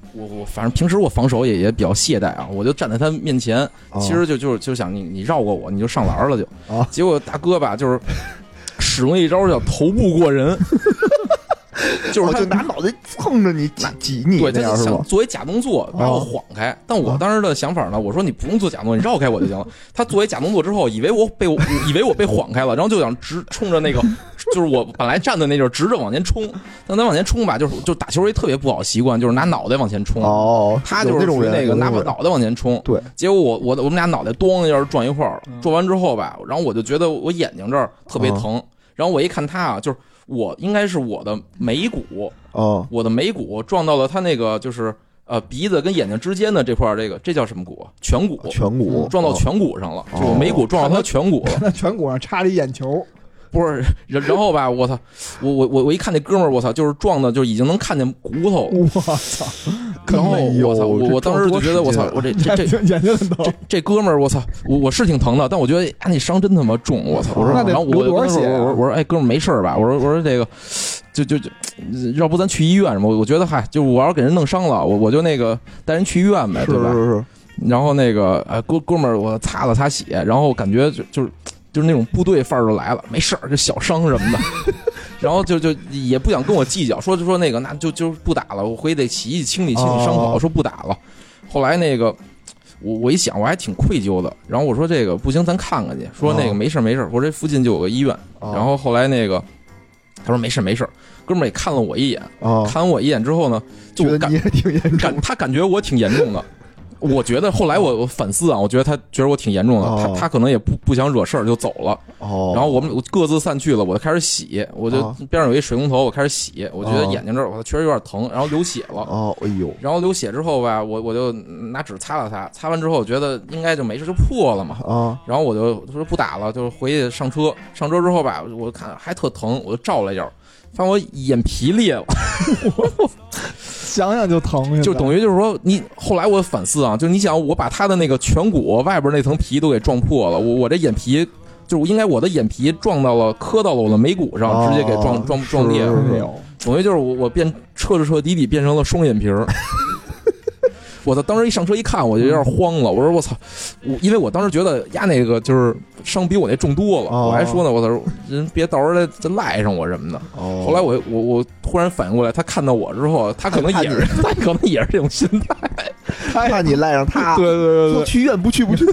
Speaker 2: 我我反正平时我防守也也比较懈怠啊，我就站在他面前，
Speaker 1: 哦、
Speaker 2: 其实就就是就想你你绕过我你就上篮了就，
Speaker 1: 哦、
Speaker 2: 结果大哥吧就是使用一招叫头部过人。就是他
Speaker 1: 就拿脑袋蹭着你挤挤你，
Speaker 2: 对，他就想作为假动作把我晃开。但我当时的想法呢，我说你不用做假动作，你绕开我就行了。他作为假动作之后，以为我被我以为我被晃开了，然后就想直冲着那个，就是我本来站的那地儿，直着往前冲。但他往前冲吧，就是就打球一特别不好习惯，就是拿脑袋往前冲。
Speaker 1: 哦，
Speaker 2: 他就是属于那个拿把脑袋往前冲。
Speaker 1: 对，
Speaker 2: 结果我我我们俩脑袋咣一下撞一块儿了。撞完之后吧，然后我就觉得我眼睛这儿特别疼，然后我一看他啊，就是。我应该是我的眉骨，
Speaker 1: 哦，
Speaker 2: 我的眉骨撞到了他那个就是呃鼻子跟眼睛之间的这块这个这叫什么骨？颧骨，
Speaker 1: 颧骨
Speaker 2: 撞到颧骨上了，就我眉骨撞到他颧骨了，
Speaker 3: 那颧骨上插了一眼球。
Speaker 2: 不是，然后吧，我操，我我我我一看那哥们儿，我操，就是撞的，就已经能看见骨头。
Speaker 3: 我操！
Speaker 2: 然后我操，我我当时就觉得我操，我这这这
Speaker 3: 眼睛很疼。
Speaker 2: 这这哥们儿，我操，我我是挺疼的，但我觉得啊，你伤真他妈重，我操！我说，然后我我我说我说哎，哥们儿没事吧？我说我说这个，就就就，要不咱去医院什么？我觉得嗨，就我要给人弄伤了，我我就那个带人去医院呗，对吧？
Speaker 1: 是是是。
Speaker 2: 然后那个呃哥哥们儿，我擦了擦血，然后感觉就就是。就是那种部队范儿就来了，没事儿，这小伤什么的，然后就就也不想跟我计较，说就说那个那就就不打了，我回去得洗洗清理清理伤口，哦、说不打了。后来那个我我一想我还挺愧疚的，然后我说这个不行，咱看看去，说那个没事没事，我这附近就有个医院。
Speaker 1: 哦、
Speaker 2: 然后后来那个他说没事没事，哥们儿也看了我一眼，
Speaker 1: 哦、
Speaker 2: 看完我一眼之后呢，就感
Speaker 1: 你也挺严重
Speaker 2: 感他感觉我挺严重的。我觉得后来我我反思啊，我觉得他觉得我挺严重的，
Speaker 1: 哦、
Speaker 2: 他他可能也不不想惹事儿就走了。
Speaker 1: 哦，
Speaker 2: 然后我们各自散去了，我就开始洗，我就边上有一水龙头，我开始洗，我觉得眼睛这儿我确实有点疼，然后流血了。
Speaker 1: 哦，哎呦，
Speaker 2: 然后流血之后吧，我我就拿纸擦了擦，擦完之后我觉得应该就没事，就破了嘛。
Speaker 1: 啊，
Speaker 2: 然后我就说不打了，就回去上车。上车之后吧，我看还特疼，我就照了一下，发现我眼皮裂了。
Speaker 3: 想想就疼，
Speaker 2: 就等于就是说你后来我反思啊，就是你想我把他的那个颧骨外边那层皮都给撞破了，我我这眼皮就是应该我的眼皮撞到了磕到了我的眉骨上，
Speaker 1: 哦、
Speaker 2: 直接给撞撞撞裂了，等于就是我我变彻彻底底变成了双眼皮儿。我操！当时一上车一看，我就有点慌了。我说我操！我因为我当时觉得呀，那个就是伤比我那重多了。
Speaker 1: 哦、
Speaker 2: 我还说呢，我操，人别到时候再再赖上我什么的。
Speaker 1: 哦、
Speaker 2: 后来我我我突然反应过来，他看到我之后，他可能也是他可能也是这种心态，
Speaker 1: 他怕你赖上他。
Speaker 3: 对对对对，
Speaker 1: 去医院不去不去。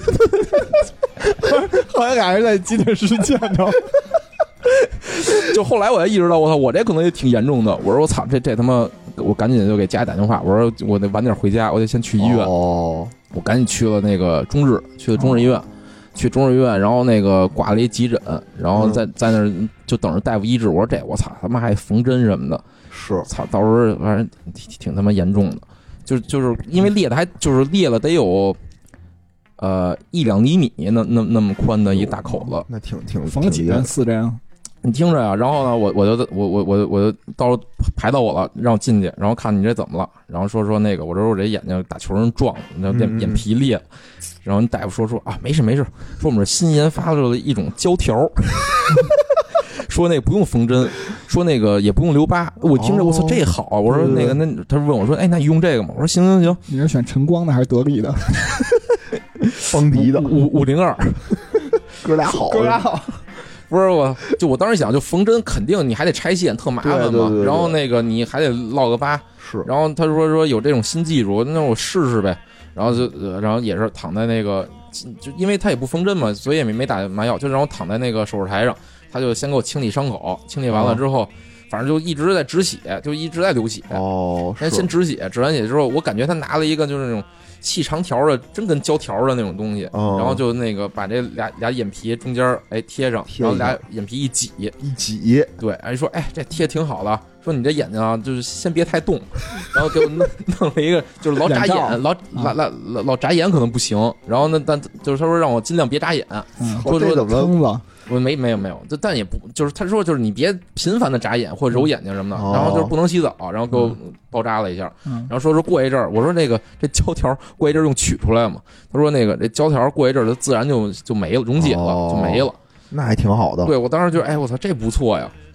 Speaker 3: 后来俩人在急诊室见着。
Speaker 2: 就后来我才意识到，我操，我这可能也挺严重的。我说我操，这这他妈，我赶紧就给家里打电话，我说我得晚点回家，我得先去医院。
Speaker 1: 哦，
Speaker 2: 我赶紧去了那个中日，去了中日医院，哦、去中日医院，然后那个挂了一急诊，然后在在那儿就等着大夫医治。我说这我操，他妈还缝针什么的，
Speaker 1: 是
Speaker 2: 操，到时候反正挺挺他妈严重的，就就是因为裂的还就是裂了得有。呃，一两厘米那那那么宽的一大口子，
Speaker 1: 那挺挺
Speaker 3: 缝几针四针。
Speaker 2: 你听着呀，然后呢，我我就我我我我就到了排到我了，让我进去，然后看你这怎么了，然后说说那个，我说我这眼睛打球上撞了，那眼眼皮裂了，然后大夫说说啊，没事没事，说我们这新研发出了一种胶条。说那个不用缝针，说那个也不用留疤。我听着，我操，这好啊！我说那个，那他问我说，哎，那你用这个吗？我说行行行。
Speaker 3: 你是选晨光的还是得力的？
Speaker 1: 邦迪的
Speaker 2: 五五零二，
Speaker 1: 哥俩好，
Speaker 3: 哥俩好。
Speaker 2: 不是我，就我当时想，就缝针肯定你还得拆线，特麻烦嘛。
Speaker 1: 对对对对，
Speaker 2: 然后那个你还得落个疤。
Speaker 1: 是。
Speaker 2: 然后他说说有这种新技术，那我试试呗。然后就，然后也是躺在那个，就因为他也不缝针嘛，所以也没没打麻药，就让我躺在那个手术台上。他就先给我清理伤口，清理完了之后，哦、反正就一直在止血，就一直在流血。
Speaker 1: 哦，
Speaker 2: 先先止血，止完血之后，我感觉他拿了一个就是那种细长条的，真跟胶条的那种东西，
Speaker 1: 哦、
Speaker 2: 然后就那个把这俩俩眼皮中间哎贴上，然后俩眼皮一挤
Speaker 1: 一挤，
Speaker 2: 对，哎说哎这贴挺好的，说你这眼睛啊就是先别太动，然后给我弄弄了一个就是老眨眼，老老老老老眨眼可能不行，然后呢但就是他说让我尽量别眨眼，
Speaker 3: 嗯、
Speaker 2: 说说
Speaker 1: 怎么了？
Speaker 2: 我没没有没有，这但也不就是他说就是你别频繁的眨眼或者揉眼睛什么的，
Speaker 1: 嗯、
Speaker 2: 然后就是不能洗澡，然后给我包扎了一下，
Speaker 3: 嗯、
Speaker 2: 然后说是过一阵儿，我说那个这胶条过一阵儿用取出来嘛，他说那个这胶条过一阵儿就自然就就没了，溶解了、
Speaker 1: 哦、
Speaker 2: 就没了，
Speaker 1: 那还挺好的。
Speaker 2: 对我当时就哎我操这不错呀，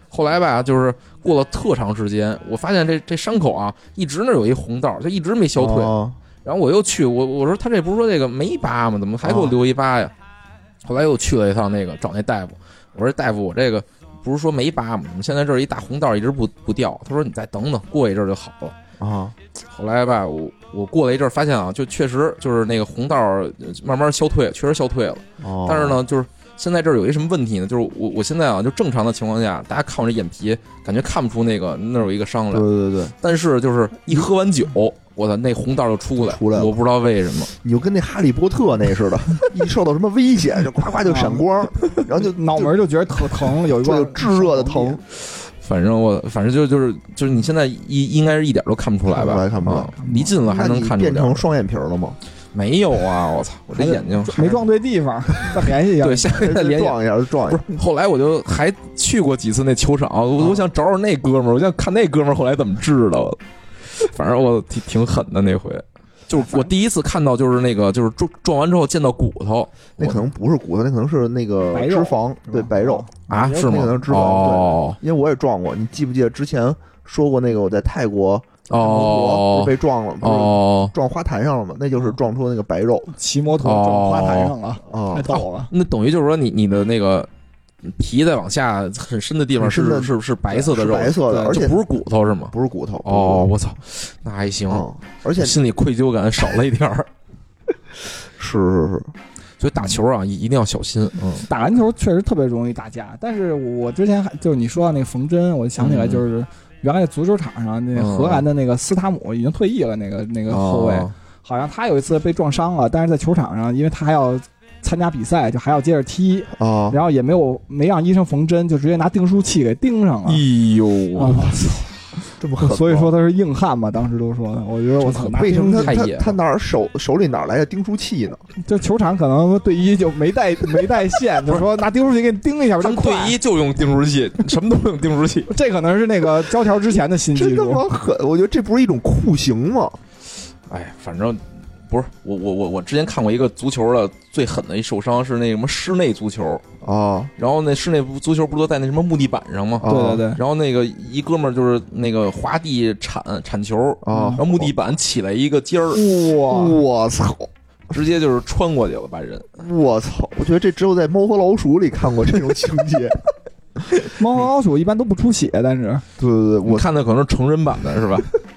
Speaker 2: 后来吧，就是过了特长时间，我发现这这伤口啊，一直那有一红道，就一直没消退。
Speaker 1: 哦、
Speaker 2: 然后我又去，我我说他这不是说这个没疤吗？怎么还给我留一疤呀？哦、后来又去了一趟那个找那大夫，我说大夫，我这个不是说没疤吗？怎么现在这儿一大红道一直不不掉？他说你再等等，过一阵就好了。
Speaker 1: 啊，
Speaker 2: 后来吧，我我过了一阵儿发现啊，就确实就是那个红道慢慢消退，确实消退了。
Speaker 1: 哦，
Speaker 2: 但是呢，就是现在这儿有一什么问题呢？就是我我现在啊，就正常的情况下，大家看我这眼皮，感觉看不出那个那儿有一个伤来。
Speaker 1: 对对对。
Speaker 2: 但是就是一喝完酒，我的那红道就出来，
Speaker 1: 出来了，
Speaker 2: 我不知道为什么。
Speaker 1: 你就跟那哈利波特那似的，一受到什么危险就呱呱就闪光，然后就
Speaker 3: 脑门就觉得特疼，有一个
Speaker 1: 炙热的疼。
Speaker 2: 反正我反正就就是就是你现在一应该是一点都看不出来吧？
Speaker 1: 看不出来，
Speaker 2: 离近了还能看出来。
Speaker 1: 变成双眼皮了吗？
Speaker 2: 没有啊！我操，我这眼睛
Speaker 3: 没撞对地方，再联系一下。
Speaker 2: 对，下回再联系
Speaker 1: 撞一下，撞一下。
Speaker 2: 不是，后来我就还去过几次那球场，我我想找找那哥们儿，我想看那哥们儿后来怎么治的。反正我挺挺狠的那回。就是我第一次看到，就是那个，就是撞撞完之后见到骨头，
Speaker 1: 那可能不是骨头，那可能是那个脂肪，对，白肉
Speaker 2: 啊，是吗？
Speaker 1: 那可能是脂肪，
Speaker 2: 哦，
Speaker 1: 因为我也撞过，你记不记得之前说过那个我在泰国
Speaker 2: 哦
Speaker 1: 被撞了，
Speaker 2: 哦，
Speaker 1: 撞花坛上了嘛？那就是撞出那个白肉，
Speaker 3: 骑摩托撞花坛上了，
Speaker 1: 啊，
Speaker 3: 太逗了。
Speaker 2: 那等于就是说你你的那个。皮再往下很深的地方是是是白色的肉，
Speaker 1: 白色的，而且
Speaker 2: 不是骨头是吗？
Speaker 1: 不是骨头。
Speaker 2: 哦，我操，那还行，
Speaker 1: 嗯、而且
Speaker 2: 心里愧疚感少了一点儿。
Speaker 1: 是是是，
Speaker 2: 所以打球啊一定要小心。嗯，
Speaker 3: 打篮球确实特别容易打架，但是我之前还就是你说到那个缝针，我就想起来就是、嗯、原来足球场上那荷兰的那个斯塔姆已经退役了，那个那个后卫、哦，好像他有一次被撞伤了，但是在球场上，因为他还要参加比赛，就还要接着踢啊、哦，然后也没有没让医生缝针，就直接拿订书器给钉上了。
Speaker 2: 哎呦，我操、
Speaker 1: 哦，这么狠！
Speaker 3: 所以说他是硬汉嘛，当时都说的。我觉得我操，
Speaker 1: 为什么他他他哪儿手手里哪来的订书器呢？
Speaker 3: 就球场可能队医就没带没带线，就说拿订书器给你钉一下，
Speaker 2: 他们队医就用订书器，什么都用订书器。
Speaker 3: 这可能是那个胶条之前的新技术。
Speaker 1: 真他妈狠！我觉得这不是一种酷刑吗？
Speaker 2: 哎，反正。不是我我我我之前看过一个足球的最狠的一受伤是那什么室内足球
Speaker 1: 啊、哦，
Speaker 2: 然后那室内足球不是都在那什么木地板上吗？
Speaker 3: 对对对。
Speaker 2: 然后那个一哥们儿就是那个滑地铲铲球
Speaker 1: 啊、哦，
Speaker 2: 然后木地板起来一个尖儿，
Speaker 1: 哇！我操！
Speaker 2: 直接就是穿过去了，把人。
Speaker 1: 我操！我觉得这只有在《猫和老鼠》里看过这种情节。
Speaker 3: 猫和老鼠一般都不出血，但是
Speaker 1: 对对对，
Speaker 2: 我看的可能是成人版的是吧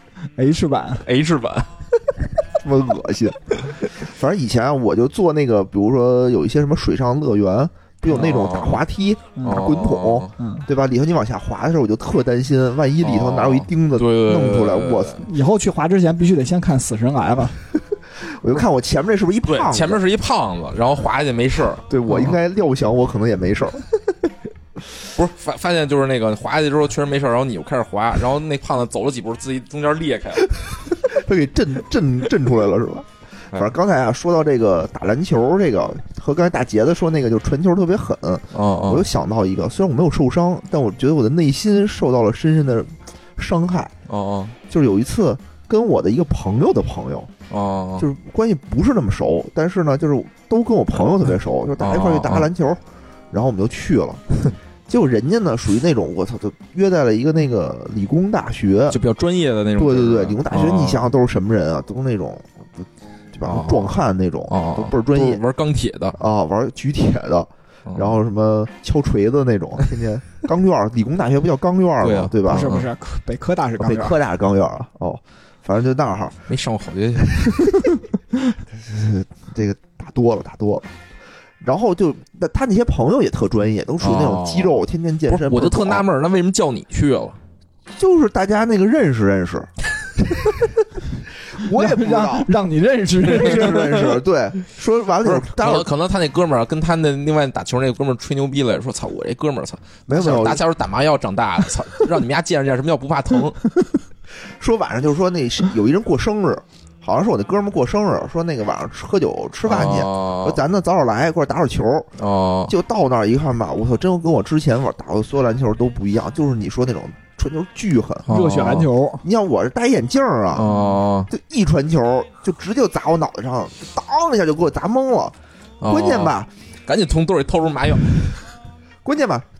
Speaker 3: ？H 版
Speaker 2: ，H 版。
Speaker 1: 这么恶心，反正以前啊，我就做那个，比如说有一些什么水上乐园，不有那种大滑梯、
Speaker 2: 哦、
Speaker 1: 大滚筒、哦，对吧？里头你往下滑的时候，我就特担心，万一里头哪有一钉子弄出来，
Speaker 2: 哦、
Speaker 1: 我
Speaker 3: 以后去滑之前必须得先看《死神来了》。
Speaker 1: 我就看我前面这是不是一胖子？
Speaker 2: 前面是一胖子，然后滑下去没事儿。
Speaker 1: 对我应该料想我可能也没事儿。
Speaker 2: 不是发发现就是那个滑下去之后确实没事，然后你又开始滑，然后那胖子走了几步，自己中间裂开了。
Speaker 1: 他给震震震出来了是吧？反正刚才啊说到这个打篮球，这个和刚才大杰子说那个就传球特别狠，
Speaker 2: 哦哦，
Speaker 1: 我就想到一个，虽然我没有受伤，但我觉得我的内心受到了深深的伤害。
Speaker 2: 哦哦，
Speaker 1: 就是有一次跟我的一个朋友的朋友，
Speaker 2: 哦，
Speaker 1: 就是关系不是那么熟，但是呢，就是都跟我朋友特别熟，就大家一块儿去打篮球，然后我们就去了。结果人家呢属于那种我操，就约在了一个那个理工大学，
Speaker 2: 就比较专业的那种。
Speaker 1: 对对对，理工大学，你想想都是什么人啊？都是那种对吧，壮汉那种，都倍儿专业，
Speaker 2: 玩钢铁的
Speaker 1: 啊，玩举铁的，然后什么敲锤子那种，天天钢院，理工大学不叫钢院吗？对吧？
Speaker 3: 不是不是，北科大是钢院，
Speaker 1: 北科大是钢院啊。哦，反正就那儿
Speaker 2: 没上过好学校，
Speaker 1: 这个打多了，打多了。然后就他那些朋友也特专业，都属于那种肌肉，哦、天天健身。
Speaker 2: 我就特纳闷，那为什么叫你去了？
Speaker 1: 就是大家那个认识认识。我也不知道，
Speaker 3: 让, 让你认识认识
Speaker 1: 认识。对，说完了，
Speaker 2: 可能可能他那哥们儿跟他那另外打球那哥们儿吹牛逼了，说操，我这哥们儿操，
Speaker 1: 没有没有，
Speaker 2: 打小打麻药长大的，操，让你们家见识见识什么叫不怕疼。
Speaker 1: 说晚上就是说那有一人过生日。好像是我那哥们儿过生日，说那个晚上喝酒吃饭去，
Speaker 2: 哦、
Speaker 1: 说咱呢早点来，过来打会儿球。
Speaker 2: 哦，
Speaker 1: 就到那儿一看吧，我操，真跟我之前玩打过的所有篮球都不一样，就是你说那种传球巨狠，
Speaker 3: 热血篮球。
Speaker 1: 哦、你像我是戴眼镜啊，
Speaker 2: 哦，
Speaker 1: 就一传球就直接砸我脑袋上，当一下就给我砸懵了。
Speaker 2: 哦、
Speaker 1: 关键吧，
Speaker 2: 赶紧从兜里掏出麻药。
Speaker 1: 关键吧，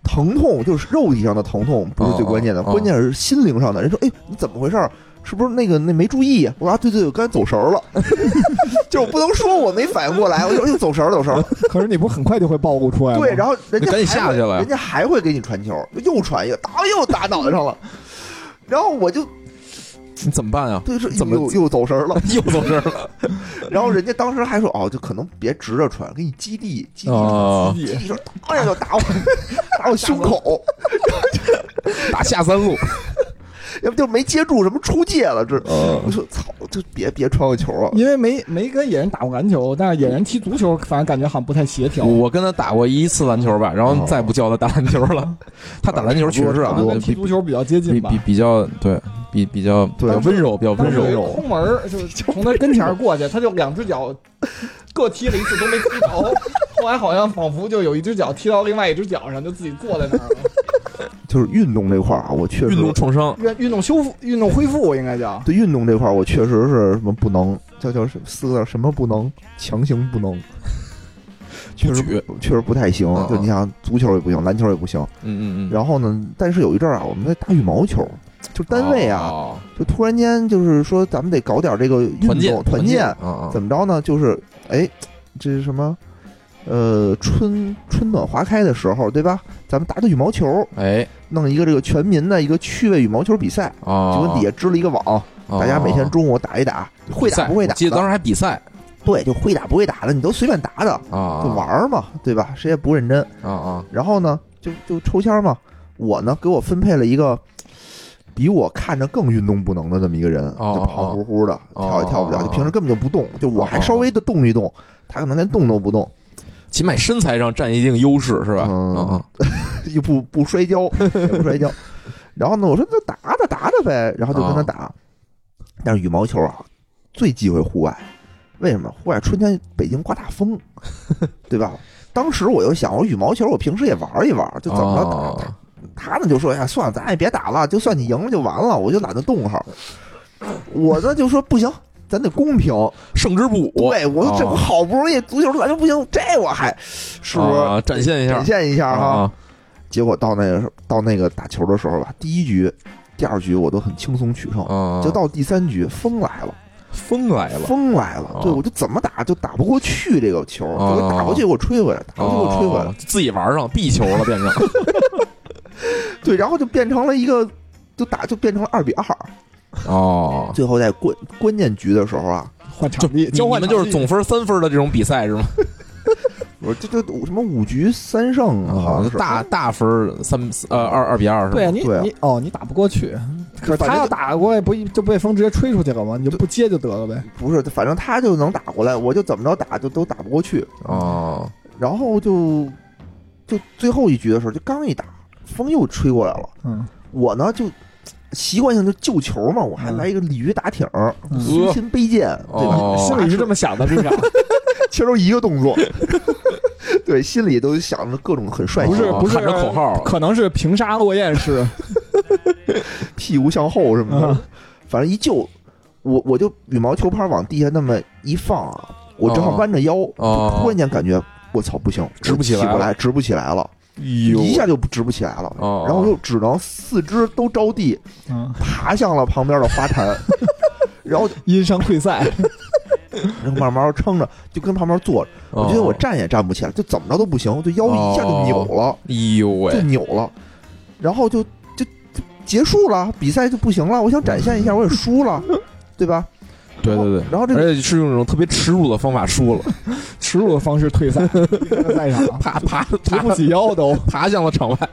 Speaker 1: 疼痛就是肉体上的疼痛不是最关键的，
Speaker 2: 哦哦、
Speaker 1: 关键是心灵上的。人说：“哎，你怎么回事？是不是那个那没注意？”我说：“啊，对对，我刚才走神了。”就是我不能说我没反应过来，我就又走神了，走神了。
Speaker 3: 可是你不很快就会暴露出来吗？
Speaker 1: 对，然后人家
Speaker 2: 赶紧下去了，
Speaker 1: 人家还会给你传球，又传一个，打又打脑袋上了，然后我就。
Speaker 2: 你怎么办啊？
Speaker 1: 对，是
Speaker 2: 怎么
Speaker 1: 又又走神了，
Speaker 2: 又走神了。
Speaker 1: 然后人家当时还说：“哦，就可能别直着传，给你击地，击地，
Speaker 2: 哦、
Speaker 1: 击地，就当然就打我，打我胸口，
Speaker 2: 打下三路。”
Speaker 1: 要不就没接住，什么出界了，这、嗯、我说操，就别别传个球啊！
Speaker 3: 因为没没跟野人打过篮球，但是野人踢足球，反正感觉好像不太协调。
Speaker 2: 我跟他打过一次篮球吧，然后再不教他打篮球了。哦、他打篮球确实啊，
Speaker 3: 跟踢足球比较接近吧，
Speaker 2: 比比比较对，比比较对温柔，比较温柔。
Speaker 3: 空门就从他跟前过去，他就两只脚各踢了一次都没踢着，后来好像仿佛就有一只脚踢到另外一只脚上，就自己坐在那儿了。
Speaker 1: 就是运动这块啊，我确实
Speaker 2: 运动创伤、
Speaker 3: 运运动修复、运动恢复应该叫。
Speaker 1: 对运动这块，我确实是什么不能，叫叫什四个字什么不能，强行不能，确实确实不太行。
Speaker 2: 嗯、
Speaker 1: 就你想足球也不行，篮球也不行。
Speaker 2: 嗯嗯嗯。
Speaker 1: 然后呢，但是有一阵儿啊，我们在打羽毛球，就单位啊，
Speaker 2: 哦、
Speaker 1: 就突然间就是说咱们得搞点这个运动团建，
Speaker 2: 嗯、
Speaker 1: 怎么着呢？就是哎，这是什么？呃，春春暖花开的时候，对吧？咱们打打羽毛球，
Speaker 2: 哎，
Speaker 1: 弄一个这个全民的一个趣味羽毛球比赛，
Speaker 2: 哦、
Speaker 1: 就跟底下支了一个网，哦、大家每天中午打一打，会打不会打？
Speaker 2: 记得当时还比赛，
Speaker 1: 对，就会打不会打的，你都随便打打，
Speaker 2: 哦、
Speaker 1: 就玩嘛，对吧？谁也不认真，
Speaker 2: 啊啊。
Speaker 1: 然后呢，就就抽签嘛，我呢给我分配了一个比我看着更运动不能的这么一个人，
Speaker 2: 哦、
Speaker 1: 就胖乎乎的，
Speaker 2: 哦、
Speaker 1: 跳也跳不了，就平时根本就不动，就我还稍微的动一动，他可能连动都不动。
Speaker 2: 起码身材上占一定优势是吧？
Speaker 1: 嗯，又不不摔跤，也不摔跤。然后呢，我说那打打打打呗，然后就跟他打。哦、但是羽毛球啊，最忌讳户外，为什么？户外春天北京刮大风，对吧？当时我又想，我羽毛球我平时也玩一玩，就怎么着打。哦、他呢就说：“呀，算了，咱也别打了，就算你赢了就完了。”我就懒得动哈。我呢就说不行。咱得公平，
Speaker 2: 胜之不武。
Speaker 1: 对，我说这我好不容易足球篮球不行，这我还是不是、
Speaker 2: 啊、展现一下？
Speaker 1: 展现一下哈。
Speaker 2: 啊、
Speaker 1: 结果到那个到那个打球的时候吧，第一局、第二局我都很轻松取胜，
Speaker 2: 啊、
Speaker 1: 就到第三局风来了，
Speaker 2: 风来了，
Speaker 1: 风来了。
Speaker 2: 啊、
Speaker 1: 对，我就怎么打就打不过去这个球，就给打过去给我吹回来，打过去给我吹回来，
Speaker 2: 啊、自己玩上壁球了，变成。
Speaker 1: 对，然后就变成了一个，就打就变成了二比二。
Speaker 2: 哦，
Speaker 1: 最后在关关键局的时候啊，
Speaker 3: 换场地，
Speaker 2: 交换，你们就是总分三分的这种比赛是吗？
Speaker 1: 我这这什么五局三胜啊，好像是
Speaker 2: 大大分三呃二二比二是吧？
Speaker 3: 对啊，你你哦你打不过去，可是他要打过来不就被风直接吹出去了吗？你就不接就得了呗。
Speaker 1: 不是，反正他就能打过来，我就怎么着打就都打不过去
Speaker 2: 哦。
Speaker 1: 然后就就最后一局的时候，就刚一打，风又吹过来了。
Speaker 3: 嗯，
Speaker 1: 我呢就。习惯性就救球嘛，我还来一个鲤鱼打挺，随心背剑，对吧？
Speaker 2: 哦、
Speaker 3: 心里是这么想的，这个
Speaker 1: 其实都一个动作，对，心里都想着各种很帅气，
Speaker 3: 不是不是
Speaker 2: 喊着口号，
Speaker 3: 可能是平沙落雁式，
Speaker 1: 屁股向后什么的，反正一救，我我就羽毛球拍往地下那么一放啊，我正好弯着腰，
Speaker 2: 哦、
Speaker 1: 就突然间感觉我操不行，
Speaker 2: 直不起来，
Speaker 1: 起不来，直不起来了。一下就直不起来了，
Speaker 2: 哦、
Speaker 1: 然后就只能四肢都着地，
Speaker 3: 嗯、
Speaker 1: 爬向了旁边的花坛，然后
Speaker 3: 因伤退赛，
Speaker 1: 然后慢慢撑着，就跟旁边坐着。
Speaker 2: 哦、
Speaker 1: 我觉得我站也站不起来，就怎么着都不行，就腰一下就扭了，
Speaker 2: 哎呦喂，
Speaker 1: 就扭了，然后就就就结束了，比赛就不行了。我想展现一下，我也输了，对吧？
Speaker 2: 对对对，
Speaker 1: 然后这
Speaker 2: 而且是用一种特别耻辱的方法输了，
Speaker 3: 耻辱的方式退赛，赛场
Speaker 2: 爬爬
Speaker 3: 直不起腰都
Speaker 2: 爬向了场外，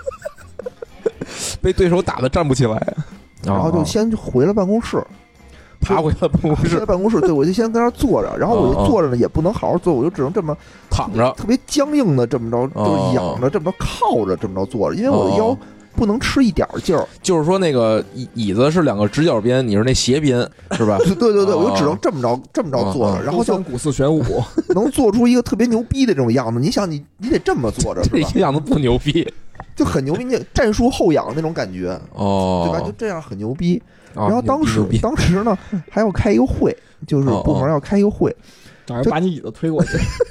Speaker 2: 被对手打得站不起来，
Speaker 1: 然后就先回了办公室，
Speaker 2: 爬回了办公室，
Speaker 1: 回了办公室，对，我就先在那儿坐着，然后我就坐着呢，也不能好好坐，我就只能这么
Speaker 2: 躺着，
Speaker 1: 特别僵硬的这么着，就是仰着这么着靠着这么着坐着，因为我的腰。不能吃一点劲儿，
Speaker 2: 就是说那个椅椅子是两个直角边，你是那斜边，是吧？
Speaker 1: 对对对，我就只能这么着这么着坐着，然后就
Speaker 3: 古四玄武，
Speaker 1: 能做出一个特别牛逼的这种样子。你想，你你得这么坐着，
Speaker 2: 这样子不牛逼，
Speaker 1: 就很牛逼，你战术后仰那种感觉，
Speaker 2: 哦，
Speaker 1: 对吧？就这样很牛逼。
Speaker 2: 然
Speaker 1: 后当时当时呢，还要开一个会，就是部门要开一个会，
Speaker 3: 找人把你椅子推过去。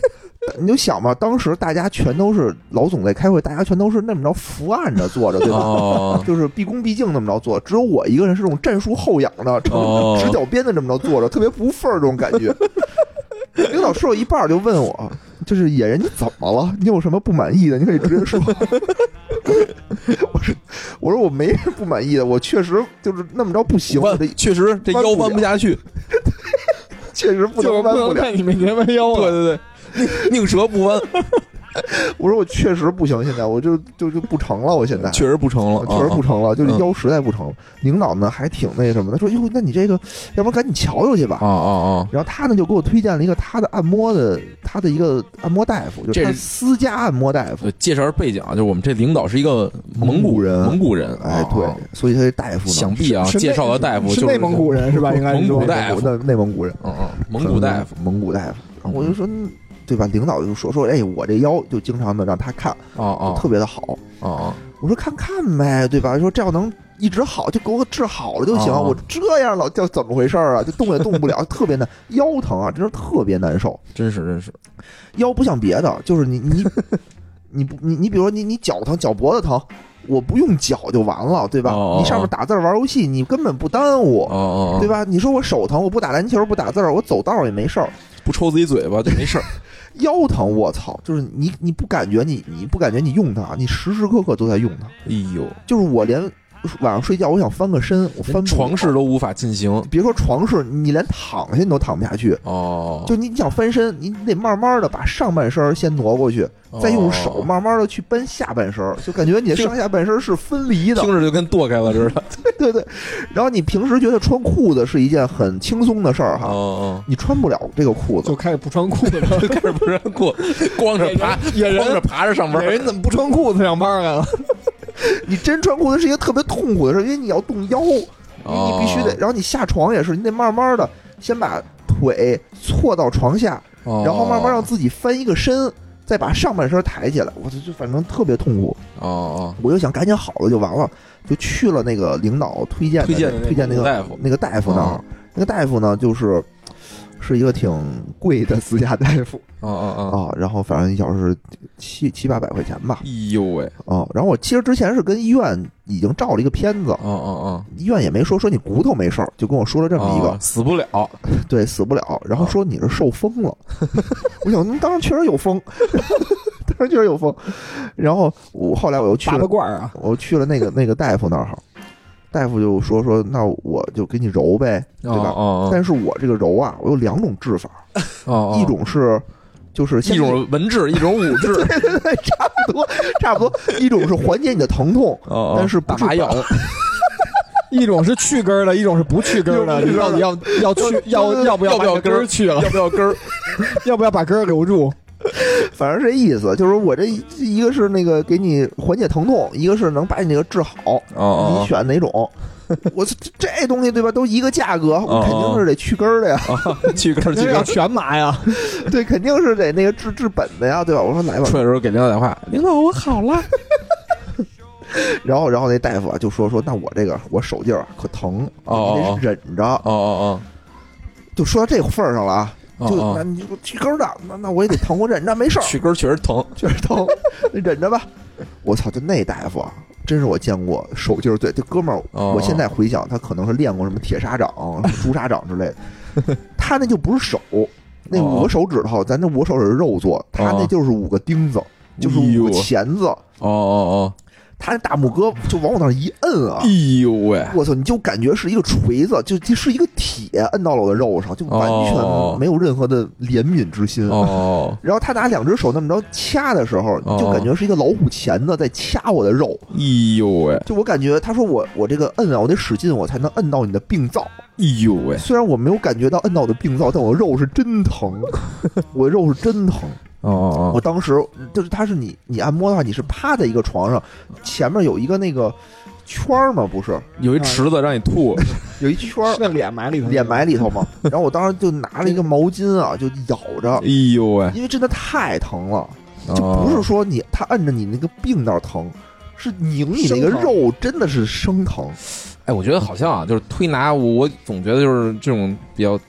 Speaker 1: 你就想吧，当时大家全都是老总在开会，大家全都是那么着伏案着坐着，对吧？
Speaker 2: 哦、
Speaker 1: 就是毕恭毕敬那么着坐，只有我一个人是这种战术后仰的，成直角边的这么着坐着，特别不份儿这种感觉。领导说了一半就问我，就是野人你怎么了？你有什么不满意的？你可以直接说。我说我说我没什么不满意的，我确实就是那么着不行，我这
Speaker 2: 确实这腰弯不下去，
Speaker 1: 确实不能弯不了。
Speaker 3: 看你面前弯腰了，
Speaker 2: 对对对，宁折不弯。
Speaker 1: 我说我确实不行，现在我就就就不成了，我现在
Speaker 2: 确实不成了，
Speaker 1: 确实不成了，就是腰实在不成了。领导呢还挺那什么的，说哟，那你这个要不然赶紧瞧瞧去吧。
Speaker 2: 啊啊啊！
Speaker 1: 然后他呢就给我推荐了一个他的按摩的，他的一个按摩大夫，就是他私家按摩大夫。
Speaker 2: 介绍背景啊，就是我们这领导是一个蒙古人，蒙古人，
Speaker 1: 哎，对，所以他这大夫呢，
Speaker 2: 想必啊，介绍的大夫
Speaker 3: 是内蒙古人是吧？应该
Speaker 2: 蒙古大夫，
Speaker 1: 内蒙古人，
Speaker 2: 嗯嗯，蒙古大夫，
Speaker 1: 蒙古大夫。然后我就说。对吧？领导就说说，哎，我这腰就经常的让他看，
Speaker 2: 哦哦，
Speaker 1: 特别的好，
Speaker 2: 哦哦。
Speaker 1: 我说看看呗，对吧？说这要能一直好，就给我治好了就行。我这样老叫怎么回事啊？就动也动不了，特别难，腰疼啊，真是特别难受。
Speaker 2: 真是真是，
Speaker 1: 腰不像别的，就是你你你不你你比如说你你脚疼，脚脖子疼。我不用脚就完了，对吧？
Speaker 2: 哦、
Speaker 1: 你上面打字玩游戏，你根本不耽误，
Speaker 2: 哦、
Speaker 1: 对吧？你说我手疼，我不打篮球，不打字，我走道也没事儿，
Speaker 2: 不抽自己嘴巴就没事儿。
Speaker 1: 腰疼，我操！就是你，你不感觉你，你不感觉你用它，你时时刻刻都在用它。
Speaker 2: 哎呦，
Speaker 1: 就是我连晚上睡觉，我想翻个身，我翻不
Speaker 2: 床事都无法进行。
Speaker 1: 别说床事，你连躺下你都躺不下去。
Speaker 2: 哦，
Speaker 1: 就你想翻身，你得慢慢的把上半身先挪过去，
Speaker 2: 哦、
Speaker 1: 再用手慢慢的去搬下半身，就感觉你的上下半身是分离的，
Speaker 2: 听着就跟剁开了似的。
Speaker 1: 对对对，然后你平时觉得穿裤子是一件很轻松的事儿哈，
Speaker 2: 哦、
Speaker 1: 你穿不了这个裤子，
Speaker 3: 就开始不穿裤子了，
Speaker 2: 就开始不穿裤，光着爬，光着爬着上班。
Speaker 3: 人怎么不穿裤子上班来了？
Speaker 1: 你真穿裤子是一个特别痛苦的事，因为你要动腰，
Speaker 2: 哦、
Speaker 1: 你必须得，然后你下床也是，你得慢慢的先把腿错到床下，
Speaker 2: 哦、
Speaker 1: 然后慢慢让自己翻一个身，再把上半身抬起来。我这就反正特别痛苦。
Speaker 2: 哦哦，
Speaker 1: 我就想赶紧好了就完了，就去了那个领导推荐的
Speaker 2: 推荐
Speaker 1: 推荐那个
Speaker 2: 大夫
Speaker 1: 那个大夫那儿，
Speaker 2: 哦、
Speaker 1: 那个大夫呢就是是一个挺贵的私家大夫。
Speaker 2: 哦哦
Speaker 1: 哦，然后反正一小时七七八百块钱吧。
Speaker 2: 哎呦喂！
Speaker 1: 哦，然后我其实之前是跟医院已经照了一个片子。
Speaker 2: 哦哦哦，
Speaker 1: 医院也没说说你骨头没事儿，就跟我说了这么一个，
Speaker 2: 哦、死不了。
Speaker 1: 对，死不了。然后说你是受风了。我想，当然确实有风，当然确实有风。然后我后来我又去了
Speaker 3: 八卦啊，
Speaker 1: 我去了那个那个大夫那儿，大夫就说说那我就给你揉呗，对吧？
Speaker 2: 哦哦、
Speaker 1: 但是我这个揉啊，我有两种治法。
Speaker 2: 哦，
Speaker 1: 一种是。就是
Speaker 2: 一种文治，一种武治，
Speaker 1: 对对对，差不多，差不多。一种是缓解你的疼痛，
Speaker 2: 哦、
Speaker 1: 但是不
Speaker 2: 打麻药；
Speaker 3: 一种是去根儿的，一种是不去根儿的。你到底要要去要要不要把根儿去了？
Speaker 2: 要不要根儿？
Speaker 3: 要不要把根儿留住？
Speaker 1: 反正这意思，就是我这一个是那个给你缓解疼痛，一个是能把你这个治好。
Speaker 2: 哦，
Speaker 1: 你选哪种？我这东西对吧，都一个价格，我肯定是得去根儿的呀，
Speaker 2: 去根儿去根儿
Speaker 3: 全麻呀，
Speaker 1: 对，肯定是得那个治治本的呀，对吧？我说来吧，
Speaker 2: 出来的时候给领导打电话，领导我好了。
Speaker 1: 然后然后那大夫啊就说说，那我这个我手劲儿可疼，
Speaker 2: 哦，
Speaker 1: 你得忍着，
Speaker 2: 哦哦哦，
Speaker 1: 就说到这份儿上了啊。就那你说去根儿的，那那我也得疼，我忍着没事儿。
Speaker 2: 去根儿确实疼，
Speaker 1: 确实疼，忍着吧。我操，就那大夫啊，真是我见过手劲儿最。这哥们儿，
Speaker 2: 哦、
Speaker 1: 我现在回想，他可能是练过什么铁砂掌、朱砂掌之类的。他那就不是手，那五个手指头，咱这五个手指肉做，他那就是五个钉子，就是五个钳子。
Speaker 2: 哦哦哦。
Speaker 1: 他那大拇哥就往我那儿一摁啊！
Speaker 2: 哎呦喂！
Speaker 1: 我操，你就感觉是一个锤子，就就是一个铁摁到了我的肉上，就完全没有任何的怜悯之心。
Speaker 2: 哦。
Speaker 1: 然后他拿两只手那么着掐的时候，就感觉是一个老虎钳子在掐我的肉。
Speaker 2: 哎呦喂！
Speaker 1: 就我感觉，他说我我这个摁啊，我得使劲，我才能摁到你的病灶。
Speaker 2: 哎呦喂！
Speaker 1: 虽然我没有感觉到摁到我的病灶，但我肉是真疼，我的肉是真疼。
Speaker 2: 哦哦，
Speaker 1: 我当时就是他是你你按摩的话，你是趴在一个床上，前面有一个那个圈嘛，不是
Speaker 2: 有一池子让你吐，
Speaker 1: 有一圈
Speaker 3: 那脸埋里头，
Speaker 1: 脸埋里头嘛。然后我当时就拿了一个毛巾啊，就咬着，
Speaker 2: 哎呦喂，
Speaker 1: 因为真的太疼了，就不是说你他摁着你那个病那儿疼，是拧你那个肉，真的是生疼。
Speaker 2: 哎，我觉得好像啊，就是推拿，我总觉得就是这种比较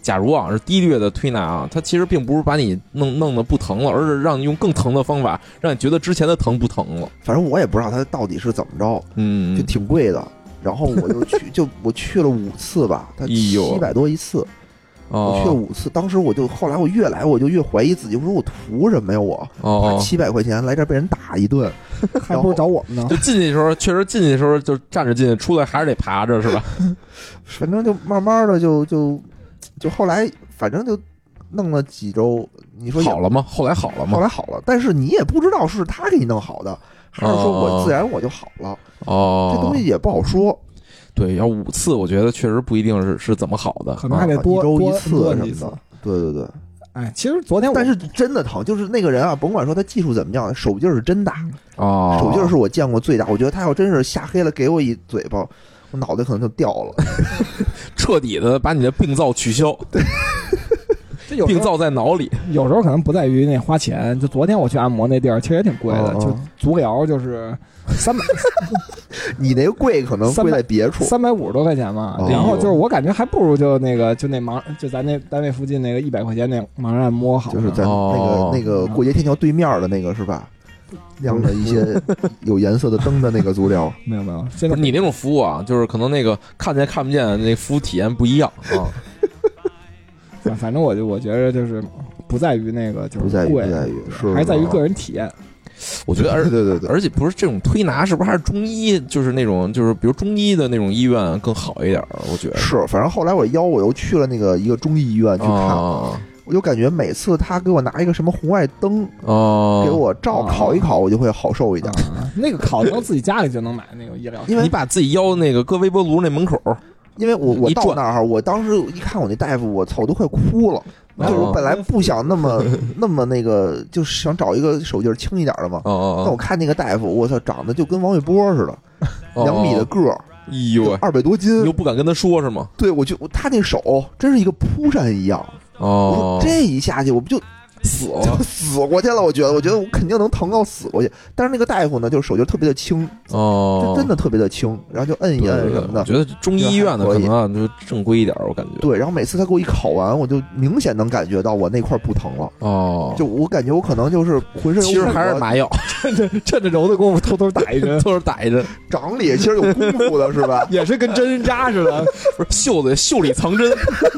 Speaker 2: 假如啊是低略的推拿啊，它其实并不是把你弄弄得不疼了，而是让你用更疼的方法，让你觉得之前的疼不疼了。
Speaker 1: 反正我也不知道它到底是怎么着，
Speaker 2: 嗯，
Speaker 1: 就挺贵的。然后我就去，就我去了五次吧，它七百多一次。我去了五次，当时我就后来我越来我就越怀疑自己，我说我图什么呀？我花七百块钱来这被人打一顿，
Speaker 3: 还不如找我们呢。
Speaker 2: 就进去的时候，确实进去的时候就站着进去，出来还是得爬着，是吧？
Speaker 1: 反正就慢慢的就就就后来反正就弄了几周，你说
Speaker 2: 好了吗？后来好了吗？
Speaker 1: 后来好了，但是你也不知道是他给你弄好的，还是说我自然我就好了。
Speaker 2: 哦，
Speaker 1: 这东西也不好说。
Speaker 2: 对，要五次，我觉得确实不一定是是怎么好的，
Speaker 3: 可能还得多、
Speaker 1: 啊、一周一次
Speaker 3: 什
Speaker 1: 么的。对对对，
Speaker 3: 哎，其实昨天我
Speaker 1: 但是真的疼，就是那个人啊，甭管说他技术怎么样，手劲儿是真大
Speaker 2: 哦，
Speaker 1: 手劲儿是我见过最大。我觉得他要真是瞎黑了给我一嘴巴，我脑袋可能就掉了，
Speaker 2: 彻底的把你的病灶取消。对。病灶在脑里，
Speaker 3: 有时候可能不在于那花钱。就昨天我去按摩那地儿，其实也挺贵的，
Speaker 1: 哦、
Speaker 3: 就足疗就是三百，
Speaker 1: 你那个贵可能贵在别处，
Speaker 3: 三百五十多块钱嘛。
Speaker 1: 哦、
Speaker 3: 然后就是我感觉还不如就那个就那盲就咱那单位附近那个一百块钱那盲人按摩好，
Speaker 1: 就是在那个、哦、那个过街天桥对面的那个是吧？亮了一些有颜色的灯的那个足疗，
Speaker 3: 没有没有。
Speaker 2: 现在你那种服务啊，就是可能那个看见看不见，那服务体验不一样啊。
Speaker 3: 反正我就我觉得就是不在于那个就是贵，
Speaker 1: 不在于是
Speaker 3: 还在于个人体验。
Speaker 2: 我觉得而
Speaker 1: 对对对，
Speaker 2: 而且不是这种推拿，是不是还是中医？就是那种就是比如中医的那种医院更好一点？我觉得
Speaker 1: 是。反正后来我腰我又去了那个一个中医医院去看，
Speaker 2: 啊、
Speaker 1: 我就感觉每次他给我拿一个什么红外灯
Speaker 2: 哦、
Speaker 1: 啊，给我照烤一烤，我就会好受一点。
Speaker 3: 啊、那个烤灯自己家里就能买那种医疗，
Speaker 2: 因为你把自己腰那个搁微波炉那门口。
Speaker 1: 因为我我到那儿，我当时一看我那大夫，我操，我都快哭了。
Speaker 2: 哦、
Speaker 1: 就是我本来不想那么那么那个，就是想找一个手劲儿轻一点的嘛。
Speaker 2: 哦哦。
Speaker 1: 但我看那个大夫，我操，长得就跟王玥波似的，
Speaker 2: 哦、
Speaker 1: 两米的个儿，
Speaker 2: 哎呦，
Speaker 1: 二百多斤，
Speaker 2: 你又不敢跟他说是吗？
Speaker 1: 对，我就他那手真是一个蒲扇一样。
Speaker 2: 哦。
Speaker 1: 我说这一下去，我不就
Speaker 2: 死了，
Speaker 1: 死过去了。我觉得，我觉得我肯定能疼到死过去。但是那个大夫呢，就是手劲特别的轻，
Speaker 2: 哦，
Speaker 1: 就真的特别的轻，然后就摁一摁什么的。
Speaker 2: 我觉得中医院的可能啊，就正规一点，我感觉。
Speaker 1: 对，然后每次他给我一烤完，我就明显能感觉到我那块不疼了。
Speaker 2: 哦，
Speaker 1: 就我感觉我可能就是浑身
Speaker 2: 其实还是麻药，
Speaker 3: 趁着趁着揉的功夫偷偷打一针，
Speaker 2: 偷偷打一针，
Speaker 1: 掌里其实有功夫的是吧？
Speaker 3: 也是跟针扎似的，
Speaker 2: 不是袖子袖里藏针。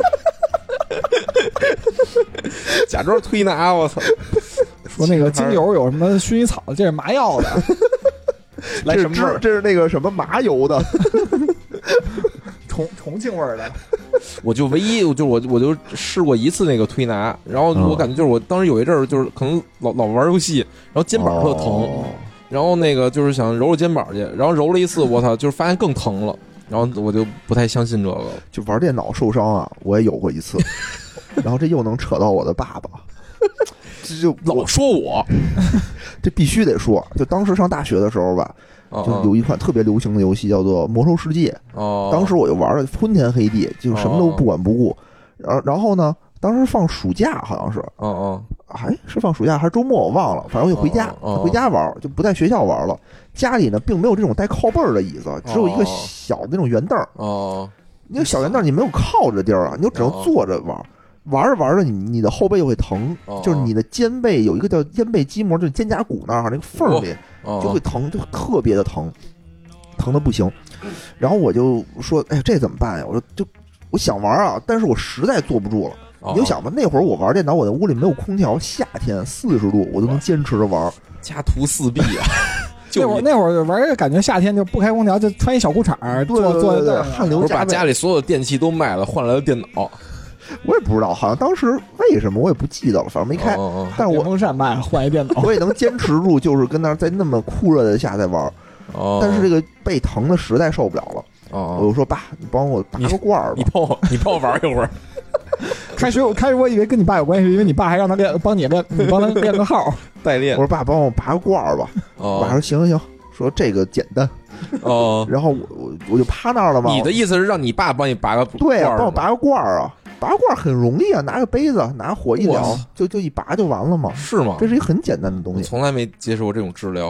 Speaker 2: 假装推拿，我操！
Speaker 3: 说那个精油有什么薰衣草，这是麻药的，
Speaker 1: 来什么味儿？这是那个什么麻油的，
Speaker 3: 重重庆味儿的。
Speaker 2: 我就唯一，就我我就试过一次那个推拿，然后我感觉就是我当时有一阵儿就是可能老老玩游戏，然后肩膀特疼，
Speaker 1: 哦、
Speaker 2: 然后那个就是想揉揉肩膀去，然后揉了一次，我操，就是发现更疼了，然后我就不太相信这个。
Speaker 1: 就玩电脑受伤啊，我也有过一次。然后这又能扯到我的爸爸，这就
Speaker 2: 老说我，
Speaker 1: 这必须得说。就当时上大学的时候吧，就有一款特别流行的游戏叫做《魔兽世界》。
Speaker 2: 哦，
Speaker 1: 当时我就玩的昏天黑地，就什么都不管不顾。然后，然后呢，当时放暑假好像是，
Speaker 2: 哦哦，
Speaker 1: 哎，是放暑假还是周末我忘了，反正我就回家，
Speaker 2: 哦哦、
Speaker 1: 回家玩，就不在学校玩了。家里呢，并没有这种带靠背儿的椅子，只有一个小的那种圆凳。
Speaker 2: 哦，
Speaker 1: 那个小圆凳你没有靠着地儿啊，你就只能坐着玩。玩着玩着，你你的后背就会疼，
Speaker 2: 哦、
Speaker 1: 就是你的肩背有一个叫肩背肌膜，就是肩胛骨那儿那个缝里就会疼，就特别的疼，疼的不行。然后我就说，哎，这怎么办呀？我说就我想玩啊，但是我实在坐不住了。
Speaker 2: 哦、
Speaker 1: 你就想吧，那会儿我玩电脑，我的屋里没有空调，夏天四十度，我都能坚持着玩。
Speaker 2: 家徒四壁啊！
Speaker 3: 那会儿那会儿玩，感觉夏天就不开空调，就穿一小裤衩，坐坐在
Speaker 1: 汗流浃背，
Speaker 2: 把家里所有的电器都卖了，换来了电脑。
Speaker 1: 我也不知道，好像当时为什么我也不记得了，反正没开。
Speaker 2: 哦哦、
Speaker 1: 但是我
Speaker 3: 电风扇卖了，换一电脑，
Speaker 1: 我也能坚持住，就是跟那儿在那么酷热的下在玩。
Speaker 2: 哦，
Speaker 1: 但是这个背疼的实在受不了了。
Speaker 2: 哦，
Speaker 1: 我就说爸，你帮我拔个罐儿吧，
Speaker 2: 你帮我，你帮我玩一会儿。
Speaker 3: 开始我开始我以为跟你爸有关系，因为你爸还让他练，帮你练，你帮他练个号
Speaker 2: 代练。
Speaker 1: 我说爸，帮我拔个罐儿吧。
Speaker 2: 哦，
Speaker 1: 爸说行行行，说这个简单。
Speaker 2: 哦，
Speaker 1: 然后我我我就趴那儿了嘛。
Speaker 2: 你的意思是让你爸帮你拔个
Speaker 1: 对啊，帮我拔个罐儿啊。拔罐儿很容易啊，拿个杯子，拿火一燎，就就一拔就完了嘛。
Speaker 2: 是吗？
Speaker 1: 这是一个很简单的东西。
Speaker 2: 我从来没接受过这种治疗。
Speaker 1: 对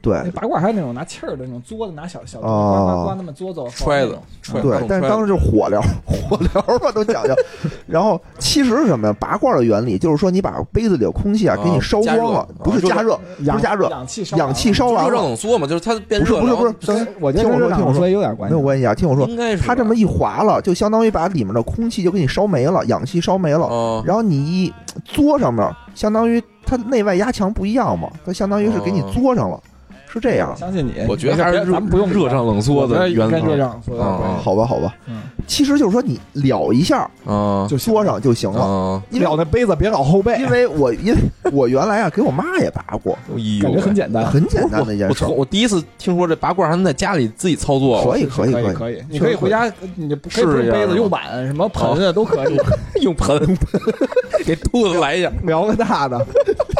Speaker 1: 对，
Speaker 3: 那拔罐还有那种拿气儿的那种嘬的，拿小小
Speaker 1: 哦
Speaker 3: 刮刮刮那么嘬嘬
Speaker 2: 揣子，揣
Speaker 1: 对，但是当时就是火疗，火疗嘛都讲究。然后其实是什么呀？拔罐的原理就是说，你把杯子里的空气啊给你烧光了，不是加热，不是加热，
Speaker 3: 氧气烧
Speaker 1: 氧气烧完了，
Speaker 2: 热胀冷缩嘛，就是它变热。
Speaker 1: 不是不是不
Speaker 3: 是，我觉得跟热胀冷缩有点关系，
Speaker 1: 没有关系啊。听我说，
Speaker 2: 应该是
Speaker 1: 它这么一滑了，就相当于把里面的空气就给你烧没了，氧气烧没了。
Speaker 2: 哦，
Speaker 1: 然后你一嘬上面，相当于它内外压强不一样嘛，它相当于是给你嘬上了。是这样，
Speaker 3: 相信你。
Speaker 2: 我觉得还是
Speaker 3: 咱们不用
Speaker 2: 热胀冷缩的原
Speaker 3: 跟热胀冷缩的关系。
Speaker 1: 好吧，好吧，
Speaker 3: 嗯，
Speaker 1: 其实就是说你燎一下，
Speaker 2: 嗯，
Speaker 1: 就嘬上就行了。
Speaker 3: 燎那杯子别老后背，
Speaker 1: 因为我因为我原来啊给我妈也拔过，
Speaker 3: 感觉很简单，
Speaker 1: 很简单的一件事。
Speaker 2: 我我第一次听说这拔罐还能在家里自己操作，
Speaker 1: 可以可以可以
Speaker 3: 可以，你可以回家，你可以用杯子、用碗、什么盆啊都可以，
Speaker 2: 用盆给肚子来一下，
Speaker 3: 燎个大的。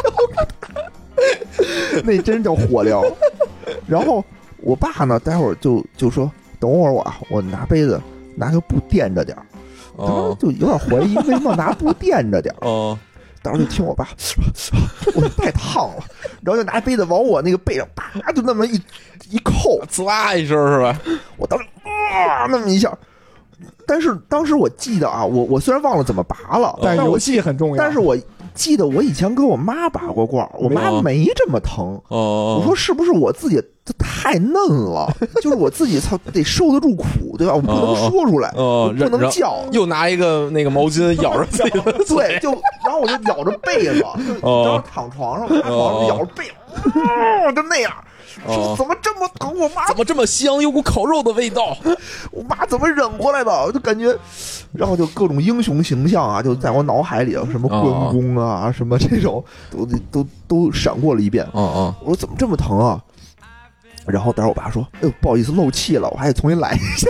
Speaker 1: 那真叫火疗。然后我爸呢，待会儿就就说等会儿我我拿杯子拿个布垫着点儿，当时就有点怀疑为什么拿布垫着点儿。
Speaker 2: 哦，
Speaker 1: 当时就听我爸，我太烫了，然后就拿杯子往我那个背上啪就那么一一扣，
Speaker 2: 呲啦一声是吧？
Speaker 1: 我当时啊那么一下。但是当时我记得啊，我我虽然忘了怎么拔了，
Speaker 3: 但是游戏很重要。
Speaker 1: 但是我记得我以前跟我妈拔过罐，我妈没这么疼。
Speaker 2: 哦，
Speaker 1: 我说是不是我自己太嫩了？就是我自己操得受得住苦，对吧？我不能说出来，
Speaker 2: 哦，
Speaker 1: 不能叫。
Speaker 2: 又拿一个那个毛巾咬着自己的
Speaker 1: 对，就然后我就咬着被子，就然后躺床上，躺床上咬着被子，哦，就那样。说怎么这么疼？我妈
Speaker 2: 怎么这么香？有股烤肉的味道。
Speaker 1: 我妈怎么忍过来的？我就感觉，然后就各种英雄形象啊，就在我脑海里，什么关公啊，哦、什么这种都都都闪过了一遍。
Speaker 2: 哦哦，
Speaker 1: 我说怎么这么疼啊？然后待会儿我爸说：“哎呦，不好意思，漏气了，我还得重新来一下。”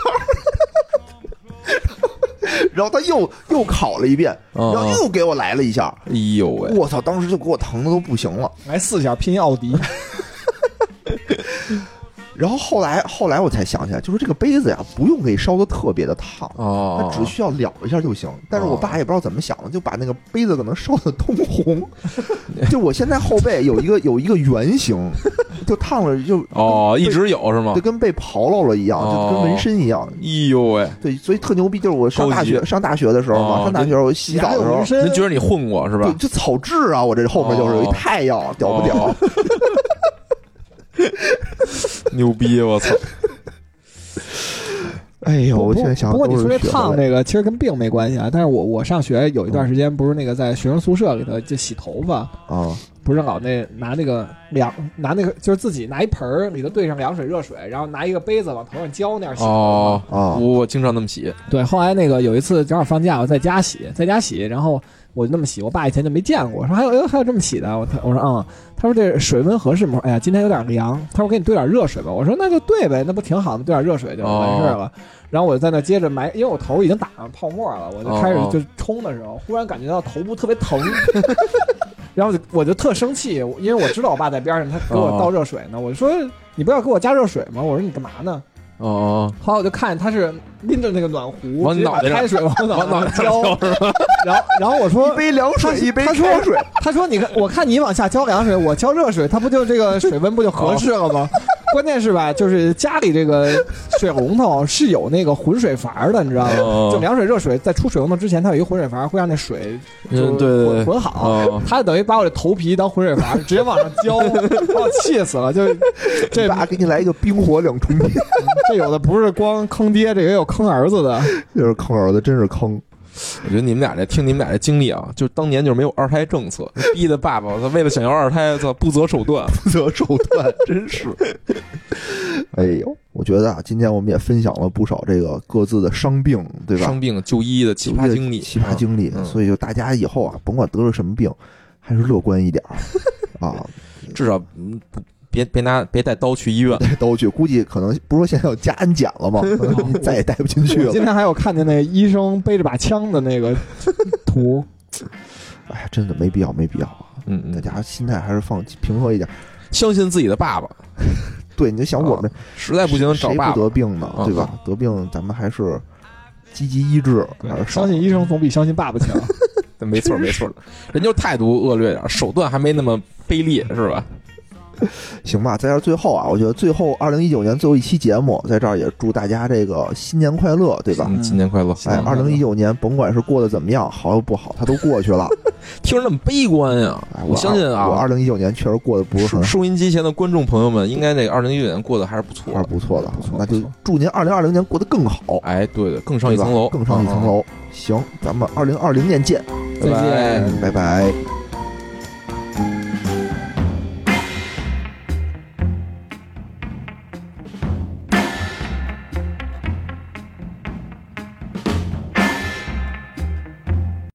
Speaker 1: 然后他又又烤了一遍，然后又给我来了一下。
Speaker 2: 哎呦喂！
Speaker 1: 我操！当时就给我疼的都不行了，
Speaker 3: 来四下拼奥迪。
Speaker 1: 然后后来后来我才想起来，就是这个杯子呀，不用给烧的特别的烫，
Speaker 2: 哦，
Speaker 1: 它只需要燎一下就行。但是我爸也不知道怎么想的，就把那个杯子可能烧的通红。就我现在后背有一个有一个圆形，就烫了就
Speaker 2: 哦，一直有是吗？
Speaker 1: 就跟被刨落了一样，就跟纹身一样。
Speaker 2: 哎呦喂！
Speaker 1: 对，所以特牛逼。就是我上大学上大学的时候嘛，上大学我洗澡的时候，
Speaker 2: 人觉得你混过是吧？
Speaker 1: 就草痣啊，我这后面就是有一太阳，屌不屌？
Speaker 2: 牛逼！我操！
Speaker 1: 哎呦，我现在想，
Speaker 3: 不过你说这烫这个其实跟病没关系啊。但是我我上学有一段时间，不是那个在学生宿舍里头就洗头发
Speaker 1: 啊，
Speaker 3: 不是老那拿那个凉拿那个就是自己拿一盆儿里头兑上凉水热水，然后拿一个杯子往头上浇那样洗头发。
Speaker 2: 哦哦，我经常那么洗。
Speaker 3: 对，后来那个有一次正好放假，我在家洗，在家洗，然后我就那么洗，我爸以前就没见过，我说还有还有这么洗的，我我说嗯。他说这水温合适吗？哎呀，今天有点凉。他说给你兑点热水吧。我说那就兑呗，那不挺好的，兑点热水就完事了。哦、然后我就在那接着埋，因为我头已经打上泡沫了，我就开始就冲的时候，哦、忽然感觉到头部特别疼，然后就我就特生气，因为我知道我爸在边上，他给我倒热水呢。哦、我就说你不要给我加热水吗？我说你干嘛呢？
Speaker 2: 哦，
Speaker 3: 后来我就看他是拎着那个暖壶，
Speaker 2: 往脑袋
Speaker 3: 开水往脑袋上浇，然后然后我说
Speaker 1: 一杯凉水，一杯开水。
Speaker 3: 他说你看，我看你往下浇凉水，我浇热水，它不就这个水温不就合适了吗？关键是吧，就是家里这个水龙头是有那个混水阀的，你知道吗？就凉水、热水在出水龙头之前，它有一个混水阀，会让那水就混混好。他等于把我这头皮当混水阀，直接往上浇，把我气死了。就这
Speaker 1: 爸给你来一个冰火两重天，
Speaker 3: 这有的不是光坑爹，这也有坑儿子的。
Speaker 1: 就是坑儿子，真是坑。
Speaker 2: 我觉得你们俩这听你们俩这经历啊，就当年就没有二胎政策，逼的爸爸他为了想要二胎，他不择手段，
Speaker 1: 不择手段，真是。哎呦，我觉得啊，今天我们也分享了不少这个各自的伤病，对吧？
Speaker 2: 伤病就医的奇葩经历，
Speaker 1: 奇葩经历。嗯、所以就大家以后啊，甭管得了什么病，还是乐观一点啊，
Speaker 2: 至少嗯不。别别拿别带刀去医院，
Speaker 1: 带刀去，估计可能不是说现在要加安检了吗？你再也带不进去了。
Speaker 3: 今天还有看见那医生背着把枪的那个图，
Speaker 1: 哎呀，真的没必要，没必要啊！
Speaker 2: 嗯嗯，
Speaker 1: 大家心态还是放平和一点，
Speaker 2: 相信自己的爸爸。
Speaker 1: 对，你就想我们、
Speaker 2: 啊、实在不行找爸爸，
Speaker 1: 谁不得病呢？对吧？得病咱们还是积极医治，还是
Speaker 3: 相信医生总比相信爸爸强。
Speaker 2: 没错没错，人就态度恶劣点，手段还没那么卑劣，是吧？
Speaker 1: 行吧，在这最后啊，我觉得最后二零一九年最后一期节目，在这儿也祝大家这个新年快乐，对吧？
Speaker 2: 嗯，新年快乐！
Speaker 1: 哎，二零一九年甭管是过得怎么样，好又不好，它都过去了。
Speaker 2: 听着那么悲观呀！
Speaker 1: 哎、
Speaker 2: 我相信啊，
Speaker 1: 我二零一九年确实过得不是很好。
Speaker 2: 收音机前的观众朋友们，应该这个二零一九年过得还是不错，
Speaker 1: 还是不错的，
Speaker 3: 不错。
Speaker 1: 那就祝您二零二零年过得更好。
Speaker 2: 哎，对的，更上一层楼，
Speaker 1: 更上一层楼。行，咱们二零二零年见，
Speaker 3: 再见，
Speaker 1: 拜拜。